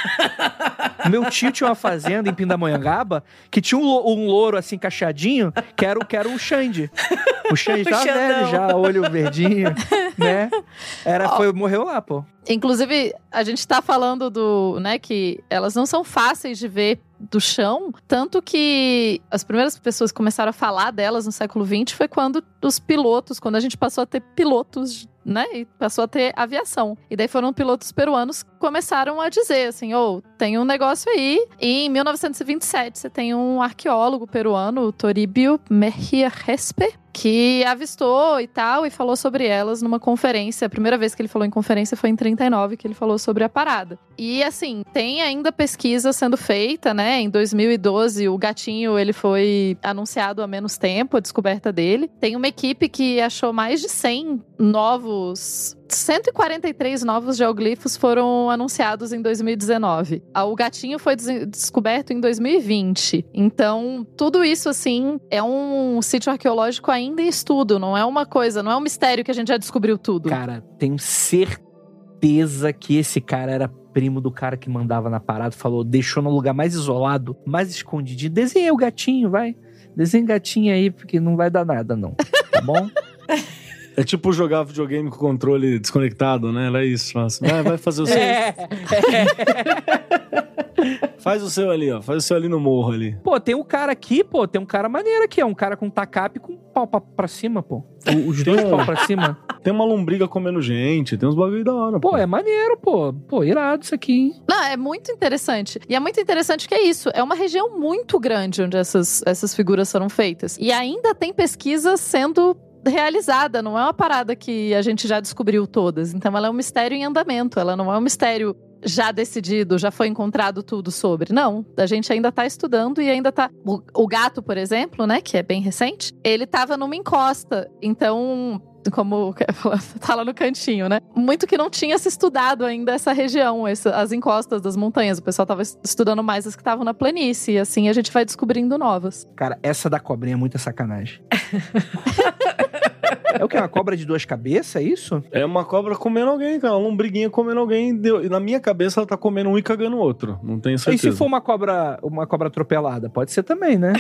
Meu tio tinha uma fazenda em Pindamonhangaba que tinha um, lo- um louro assim, encaixadinho, que era, o- que era o Xande. O Xande O tava Xandão. velho já, olho verdinho, né? Era, foi, morreu lá, pô. Inclusive, a gente tá falando do, né, que elas não são fáceis de ver do chão, tanto que as primeiras pessoas que começaram a falar delas no século vinte foi quando os pilotos, quando a gente passou a ter pilotos, né, e passou a ter aviação. E daí foram pilotos peruanos que começaram a dizer, assim, ô, oh, tem um negócio aí. E em mil novecentos e vinte e sete, você tem um arqueólogo peruano, o Toribio Mejia Respe, que avistou e tal, e falou sobre elas numa conferência. A primeira vez que ele falou em conferência foi em trinta e nove, que ele falou sobre a parada. E, assim, tem ainda pesquisa sendo feita, né? Em dois mil e doze, o gatinho, ele foi anunciado há menos tempo, a descoberta dele. Tem uma equipe que achou mais de cem novos... cento e quarenta e três novos geoglifos foram anunciados em dois mil e dezenove. O gatinho foi des- descoberto em dois mil e vinte. Então, tudo isso, assim, é um sítio arqueológico ainda em estudo. Não é uma coisa, não é um mistério que a gente já descobriu tudo. Cara, tenho certeza que esse cara era primo do cara que mandava na parada. Falou, deixou no lugar mais isolado, mais escondidinho. Desenha o gatinho, vai. Desenha o gatinho aí, porque não vai dar nada, não. Tá bom? É tipo jogar videogame com o controle desconectado, né? Era isso. Nossa. Vai, vai fazer o seu. É, é. Faz o seu ali, ó. Faz o seu ali no morro ali. Pô, tem um cara aqui, pô, tem um cara maneiro aqui, é um cara com tacape com pau pra, pra cima, pô. O, os dois pau pra cima. Tem uma lombriga comendo gente, tem uns bagulho da hora, pô. Pô, é maneiro, pô. Pô, irado isso aqui, hein? Não, é muito interessante. E é muito interessante que é isso. É uma região muito grande onde essas, essas figuras foram feitas. E ainda tem pesquisa sendo realizada. Não é uma parada que a gente já descobriu todas. Então ela é um mistério em andamento. Ela não é um mistério já decidido, já foi encontrado tudo sobre. Não, a gente ainda tá estudando e ainda tá... O, o gato, por exemplo, né, que é bem recente, ele tava numa encosta. Então... como tá lá no cantinho, né? Muito que não tinha se estudado ainda essa região, essa, as encostas das montanhas. O pessoal tava estudando mais as que estavam na planície. E assim a gente vai descobrindo novas. Cara, essa da cobrinha é muita sacanagem. É o que? Uma cobra de duas cabeças, é isso? É uma cobra comendo alguém, cara. Uma lombriguinha comendo alguém. Deu... E na minha cabeça ela tá comendo um e cagando o outro. Não tenho certeza. E se for uma cobra, uma cobra atropelada? Pode ser também, né?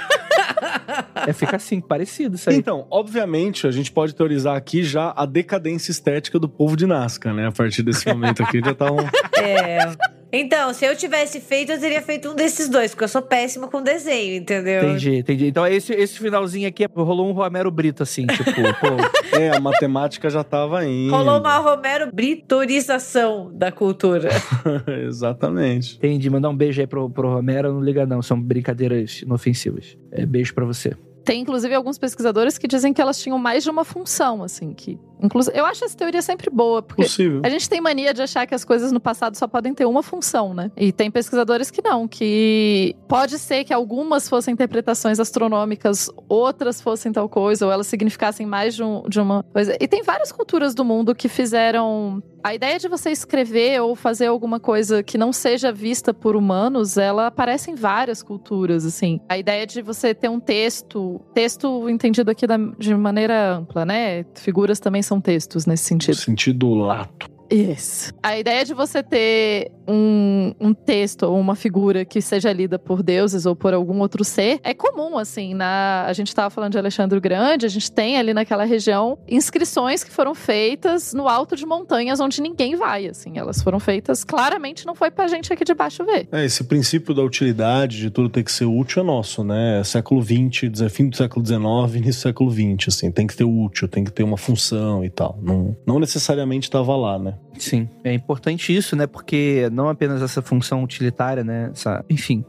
É, fica assim, parecido isso aí. Então, obviamente, a gente pode teorizar aqui já a decadência estética do povo de Nazca, né? A partir desse momento aqui já tá um... É... Então, se eu tivesse feito, eu teria feito um desses dois, porque eu sou péssima com desenho, entendeu? Entendi, entendi. Então esse, esse finalzinho aqui rolou um Romero Brito, assim, tipo, pô. É, a matemática já tava indo. Rolou uma Romero Britorização da cultura. Exatamente. Entendi, mandar um beijo aí pro, pro Romero, não liga não, são brincadeiras inofensivas. É, beijo pra você. Tem, inclusive, alguns pesquisadores que dizem que elas tinham mais de uma função, assim, que... Inclusive, eu acho essa teoria sempre boa, porque Possível. A gente tem mania de achar que as coisas no passado só podem ter uma função, né? E tem pesquisadores que não, que pode ser que algumas fossem interpretações astronômicas, outras fossem tal coisa, ou elas significassem mais de, um, de uma coisa. E tem várias culturas do mundo que fizeram... A ideia de você escrever ou fazer alguma coisa que não seja vista por humanos, ela aparece em várias culturas, assim. A ideia de você ter um texto, texto entendido aqui da, de maneira ampla, né? Figuras também são textos nesse sentido. No sentido lato. Isso. A ideia de você ter um, um texto ou uma figura que seja lida por deuses ou por algum outro ser é comum, assim. Na, a gente estava falando de Alexandre o Grande, a gente tem ali naquela região inscrições que foram feitas no alto de montanhas onde ninguém vai, assim. Elas foram feitas, claramente não foi pra gente aqui de baixo ver. É, esse princípio da utilidade, de tudo ter que ser útil é nosso, né? É século vinte, fim do século dezenove, início do século vinte, assim. Tem que ter útil, tem que ter uma função e tal. Não, não necessariamente estava lá, né? Sim, é importante isso, né? Porque não apenas essa função utilitária, né? Essa, enfim,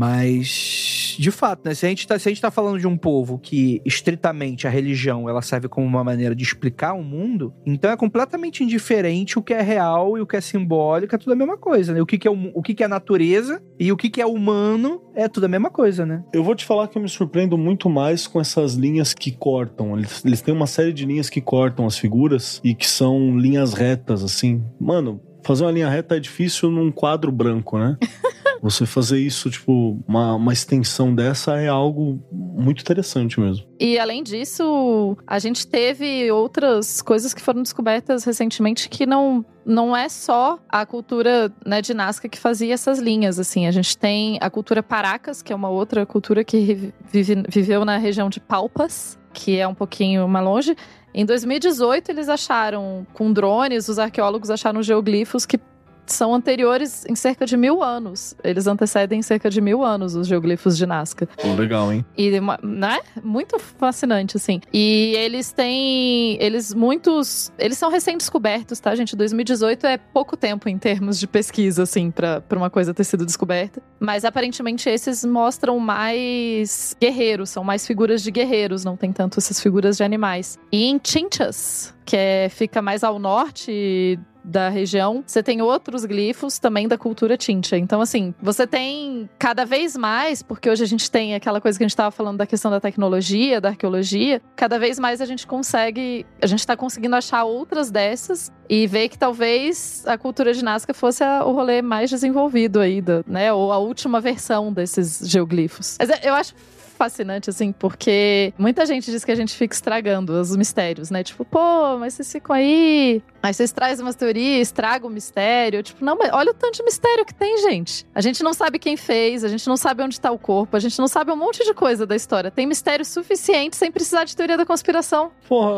mas de fato, né? Se a gente tá, se a gente tá falando de um povo que estritamente a religião ela serve como uma maneira de explicar o mundo, então é completamente indiferente o que é real e o que é simbólico, é tudo a mesma coisa, né? O que, que é o, o que, que é natureza e o que, que é humano é tudo a mesma coisa, né? Eu vou te falar que eu me surpreendo muito mais com essas linhas que cortam. Eles, eles têm uma série de linhas que cortam as figuras e que são linhas retas, assim. Mano, fazer uma linha reta é difícil num quadro branco, né? Você fazer isso, tipo, uma, uma extensão dessa é algo muito interessante mesmo. E além disso, a gente teve outras coisas que foram descobertas recentemente que não, não é só a cultura, né, de Nazca que fazia essas linhas, assim. A gente tem a cultura Paracas, que é uma outra cultura que vive, viveu na região de Palpas, que é um pouquinho mais longe. Em dois mil e dezoito, eles acharam, com drones, os arqueólogos acharam geoglifos que são anteriores em cerca de mil anos. Eles antecedem em cerca de mil anos os geoglifos de Nazca. Oh, legal, hein? E, né? Muito fascinante, assim. E eles têm... Eles muitos... Eles são recém-descobertos, tá, gente? dois mil e dezoito é pouco tempo em termos de pesquisa, assim, pra, pra uma coisa ter sido descoberta. Mas, aparentemente, esses mostram mais guerreiros. São mais figuras de guerreiros. Não tem tanto essas figuras de animais. E em Chinchas, que é, fica mais ao norte da região, você tem outros glifos também da cultura Chincha. Então, assim, você tem cada vez mais, porque hoje a gente tem aquela coisa que a gente estava falando da questão da tecnologia, da arqueologia, cada vez mais a gente consegue, a gente está conseguindo achar outras dessas e ver que talvez a cultura de Nazca fosse a, o rolê mais desenvolvido aí, da, né, ou a última versão desses geoglifos. Mas eu acho fascinante, assim, porque muita gente diz que a gente fica estragando os mistérios, né? Tipo, pô, mas vocês ficam aí, aí vocês trazem umas teorias, estragam o mistério. Tipo, não, mas olha o tanto de mistério que tem, gente. A gente não sabe quem fez, a gente não sabe onde tá o corpo, a gente não sabe um monte de coisa da história. Tem mistério suficiente sem precisar de teoria da conspiração. Porra,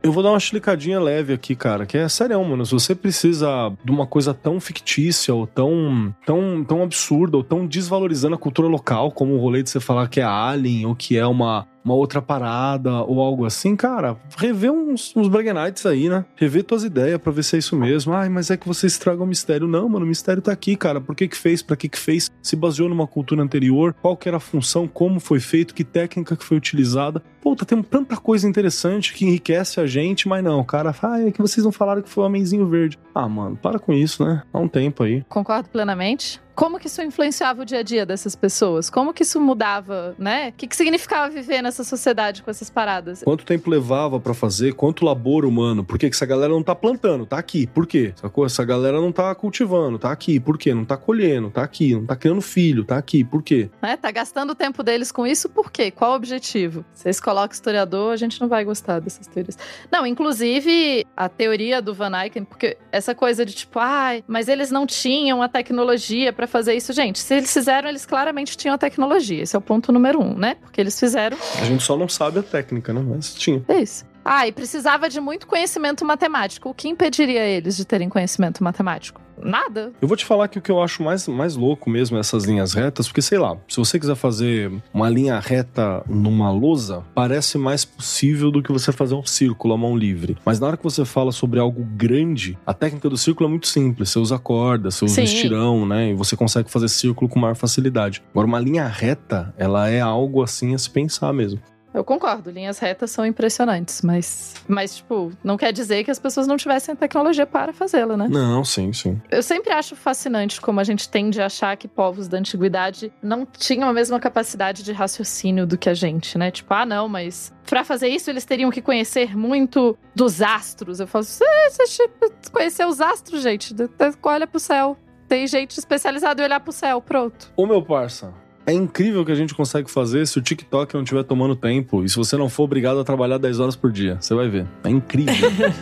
Eu vou dar uma chlicadinha leve aqui, cara, que é sério, mano. Se você precisa de uma coisa tão fictícia ou tão, tão, tão absurda ou tão desvalorizando a cultura local, como o rolê de você falar que é Alien ou que é uma... uma outra parada ou algo assim, cara, rever uns, uns Black Knights aí, né? Rever tuas ideias pra ver se é isso mesmo. Ai, mas é que você estraga o mistério. Não, mano, o mistério tá aqui, cara. Por que que fez? Pra que que fez? Se baseou numa cultura anterior? Qual que era a função? Como foi feito? Que técnica que foi utilizada? Puta, tem tanta coisa interessante que enriquece a gente, mas não, cara, ah, é que vocês não falaram que foi o Homenzinho Verde. Ah, mano, para com isso, né? Há um tempo aí. Concordo plenamente. Como que isso influenciava o dia a dia dessas pessoas? Como que isso mudava, né? O que que significava viver nessa sociedade com essas paradas? Quanto tempo levava pra fazer? Quanto labor humano? Por que que essa galera não tá plantando? Tá aqui. Por quê? Sacou? Essa galera não tá cultivando. Tá aqui. Por quê? Não tá colhendo. Tá aqui. Não tá criando filho. Tá aqui. Por quê? Né? Tá gastando o tempo deles com isso por quê? Qual o objetivo? Vocês colocam historiador, a gente não vai gostar dessas teorias. Não, inclusive, a teoria do Van Eycken, porque essa coisa de tipo, ai, ah, mas eles não tinham a tecnologia pra fazer isso. Gente, se eles fizeram, eles claramente tinham a tecnologia. Esse é o ponto número um, né? Porque eles fizeram. A gente só não sabe a técnica, né? Mas tinha. É isso. Ah, e precisava de muito conhecimento matemático. O que impediria eles de terem conhecimento matemático? Nada. Eu vou te falar que o que eu acho mais, mais louco mesmo é essas linhas retas, porque, sei lá, se você quiser fazer uma linha reta numa lousa, parece mais possível do que você fazer um círculo à mão livre. Mas na hora que você fala sobre algo grande, a técnica do círculo é muito simples. Você usa corda, você usa Sim. estirão, né? E você consegue fazer círculo com maior facilidade. Agora, uma linha reta, ela é algo assim a se pensar mesmo. Eu concordo, linhas retas são impressionantes, mas, mas, tipo, não quer dizer que as pessoas não tivessem tecnologia para fazê-la, né? Não, sim, sim. Eu sempre acho fascinante como a gente tende a achar que povos da antiguidade não tinham a mesma capacidade de raciocínio do que a gente, né? Tipo, ah, não, mas pra fazer isso eles teriam que conhecer muito dos astros. Eu falo, você conhecer os astros, gente? Olha pro céu. Tem gente especializada em olhar pro céu, pronto. Ô, meu parça, é incrível o que a gente consegue fazer se o TikTok não estiver tomando tempo e se você não for obrigado a trabalhar dez horas por dia. Você vai ver. É incrível.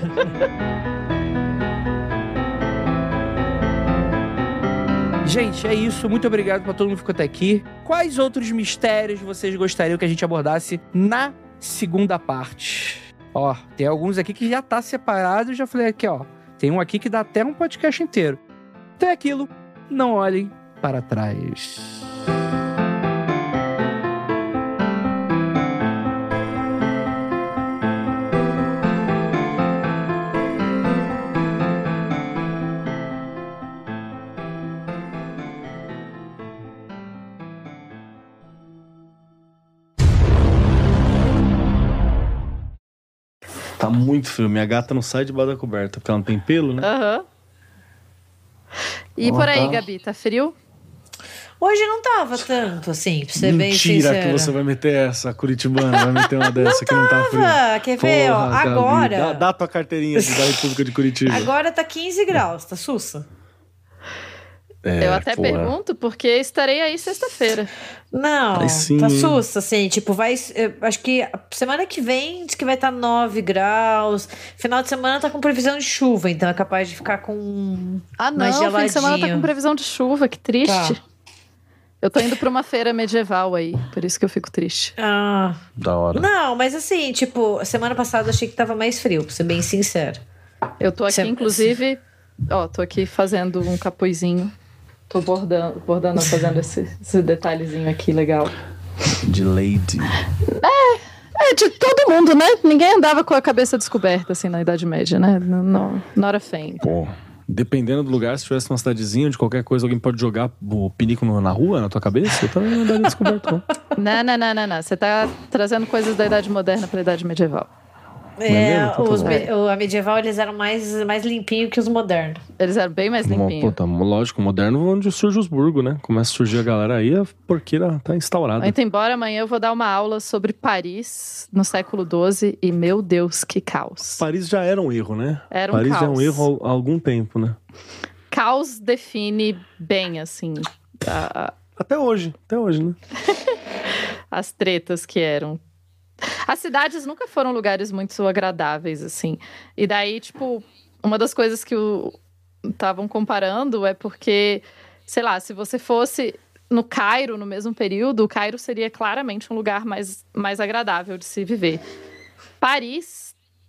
Gente, é isso. Muito obrigado pra todo mundo que ficou até aqui. Quais outros mistérios vocês gostariam que a gente abordasse na segunda parte? Ó, tem alguns aqui que já tá separado. Eu já falei aqui, ó. Tem um aqui que dá até um podcast inteiro. Então é aquilo. Não olhem para trás. Tá muito frio. Minha gata não sai debaixo da coberta, porque ela não tem pelo, né? Aham. Uhum. E oh, por aí, tá. Gabi, tá frio? Hoje não tava tanto, assim, pra ser bem sincera. Mentira que você vai meter essa, curitibana, vai meter uma dessa que não tá frio. Quer ver, Porra, ó, Gabi, agora... Dá, dá tua carteirinha de, da República de Curitiba. Agora tá quinze graus, tá sussa? É, eu até porra. pergunto, porque estarei aí sexta-feira. Não, sim, tá hein? sussa, assim, tipo, vai... eu acho que semana que vem diz que vai estar tá nove graus. Final de semana tá com previsão de chuva, então é capaz de ficar com Ah, não, mais fim geladinho. de semana tá com previsão de chuva, que triste. Tá. Eu tô indo pra uma feira medieval aí, por isso que eu fico triste. Ah, Da hora. não, mas assim, tipo, semana passada eu achei que tava mais frio, pra ser bem sincero. Eu tô aqui, Sem- inclusive, ó, tô aqui fazendo um capuzinho. Tô bordando, bordando fazendo esse, esse detalhezinho aqui legal. De lady. É, de todo mundo, né? Ninguém andava com a cabeça descoberta, assim, na Idade Média, né? Não, not a thing. Pô, dependendo do lugar, se tivesse uma cidadezinha de qualquer coisa, alguém pode jogar o pinico no- na rua, na tua cabeça, eu também não andaria descoberto, não. Não, não, não, não, não. Você tá trazendo coisas da Idade Moderna pra Idade Medieval. É, mesmo? Então tá os bom. me- o- a medieval eles eram mais, mais limpinhos que os modernos. Eles eram bem mais limpinhos. Pô, tá, lógico, moderno onde surge os burgos, né? Começa a surgir a galera aí, a porqueira tá instaurada. Então, embora amanhã eu vou dar uma aula sobre Paris no século doze e, meu Deus, que caos. Paris já era um erro, né? Era um Paris caos. já é um erro há há algum tempo, né? Caos define bem, assim, a- Até hoje, até hoje, né? as tretas que eram. As cidades nunca foram lugares muito agradáveis, assim. E daí, tipo, uma das coisas que estavam comparando é porque, sei lá, se você fosse no Cairo, no mesmo período, o Cairo seria claramente um lugar mais, mais agradável de se viver. Paris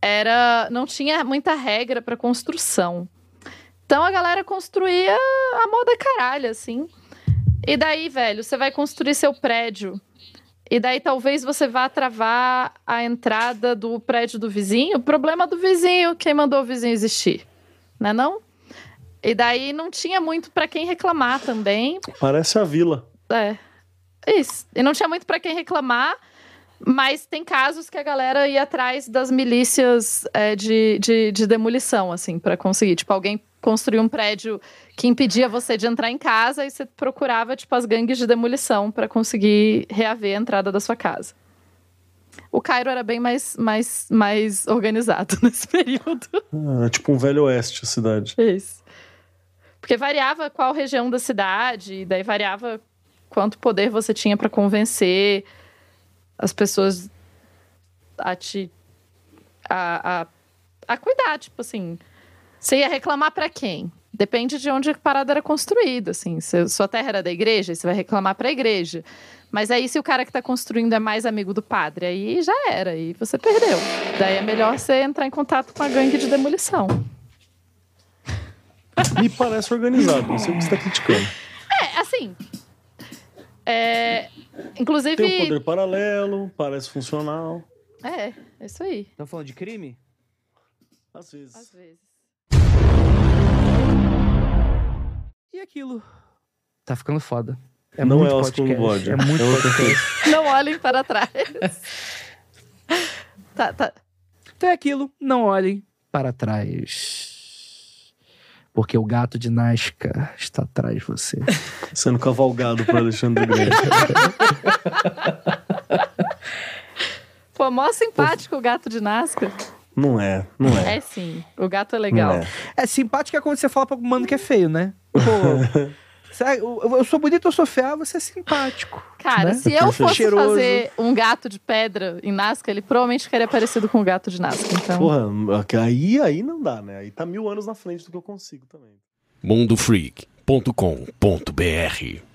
era, não tinha muita regra pra construção. Então a galera construía a moda caralho, assim. E daí, velho, você vai construir seu prédio. E daí talvez você vá travar a entrada do prédio do vizinho. Problema do vizinho, quem mandou o vizinho existir, né não? E daí não tinha muito pra quem reclamar também. Parece a vila. É, isso. E não tinha muito pra quem reclamar, mas tem casos que a galera ia atrás das milícias é, de, de, de demolição, assim, pra conseguir. Tipo, alguém construiu um prédio que impedia você de entrar em casa e você procurava, tipo, as gangues de demolição pra conseguir reaver a entrada da sua casa. O Cairo era bem mais, mais, mais organizado nesse período. Ah, é tipo um velho oeste a cidade. Isso. Porque variava qual região da cidade, e daí variava quanto poder você tinha pra convencer as pessoas a te... A, a, a cuidar, tipo assim... Você ia reclamar pra quem? Depende de onde a parada era construída, assim. Se sua terra era da igreja, você vai reclamar pra igreja. Mas aí, se o cara que tá construindo é mais amigo do padre, aí já era, aí você perdeu. Daí é melhor você entrar em contato com a gangue de demolição. Me parece organizado, não sei o que você tá criticando. É, assim... É... Inclusive... Tem um poder paralelo, parece funcional. É, é isso aí. Estão falando de crime? Às vezes. Às vezes. E aquilo? Tá ficando foda. É Não muito é Oscar podcast. Bode. É muito É outra podcast. Não olhem para trás. tá, tá. Então é aquilo. Não olhem para trás. Porque o gato de Nazca está atrás de você. Sendo cavalgado por Alexandre Grande. Pô, mó simpático o gato de Nazca. Não é, não é. É sim, o gato é legal. Não é. É simpático é quando você fala pra um mano que é feio, né? Pô, sabe, eu eu sou bonito, eu sou feio, você é simpático. Cara, né? se É eu fosse cheiroso. fazer um gato de pedra em Nazca, ele provavelmente ficaria parecido com o gato de Nazca. Então... Porra, aí, aí não dá, né? Aí tá mil anos na frente do que eu consigo também. mundo freak ponto com ponto b r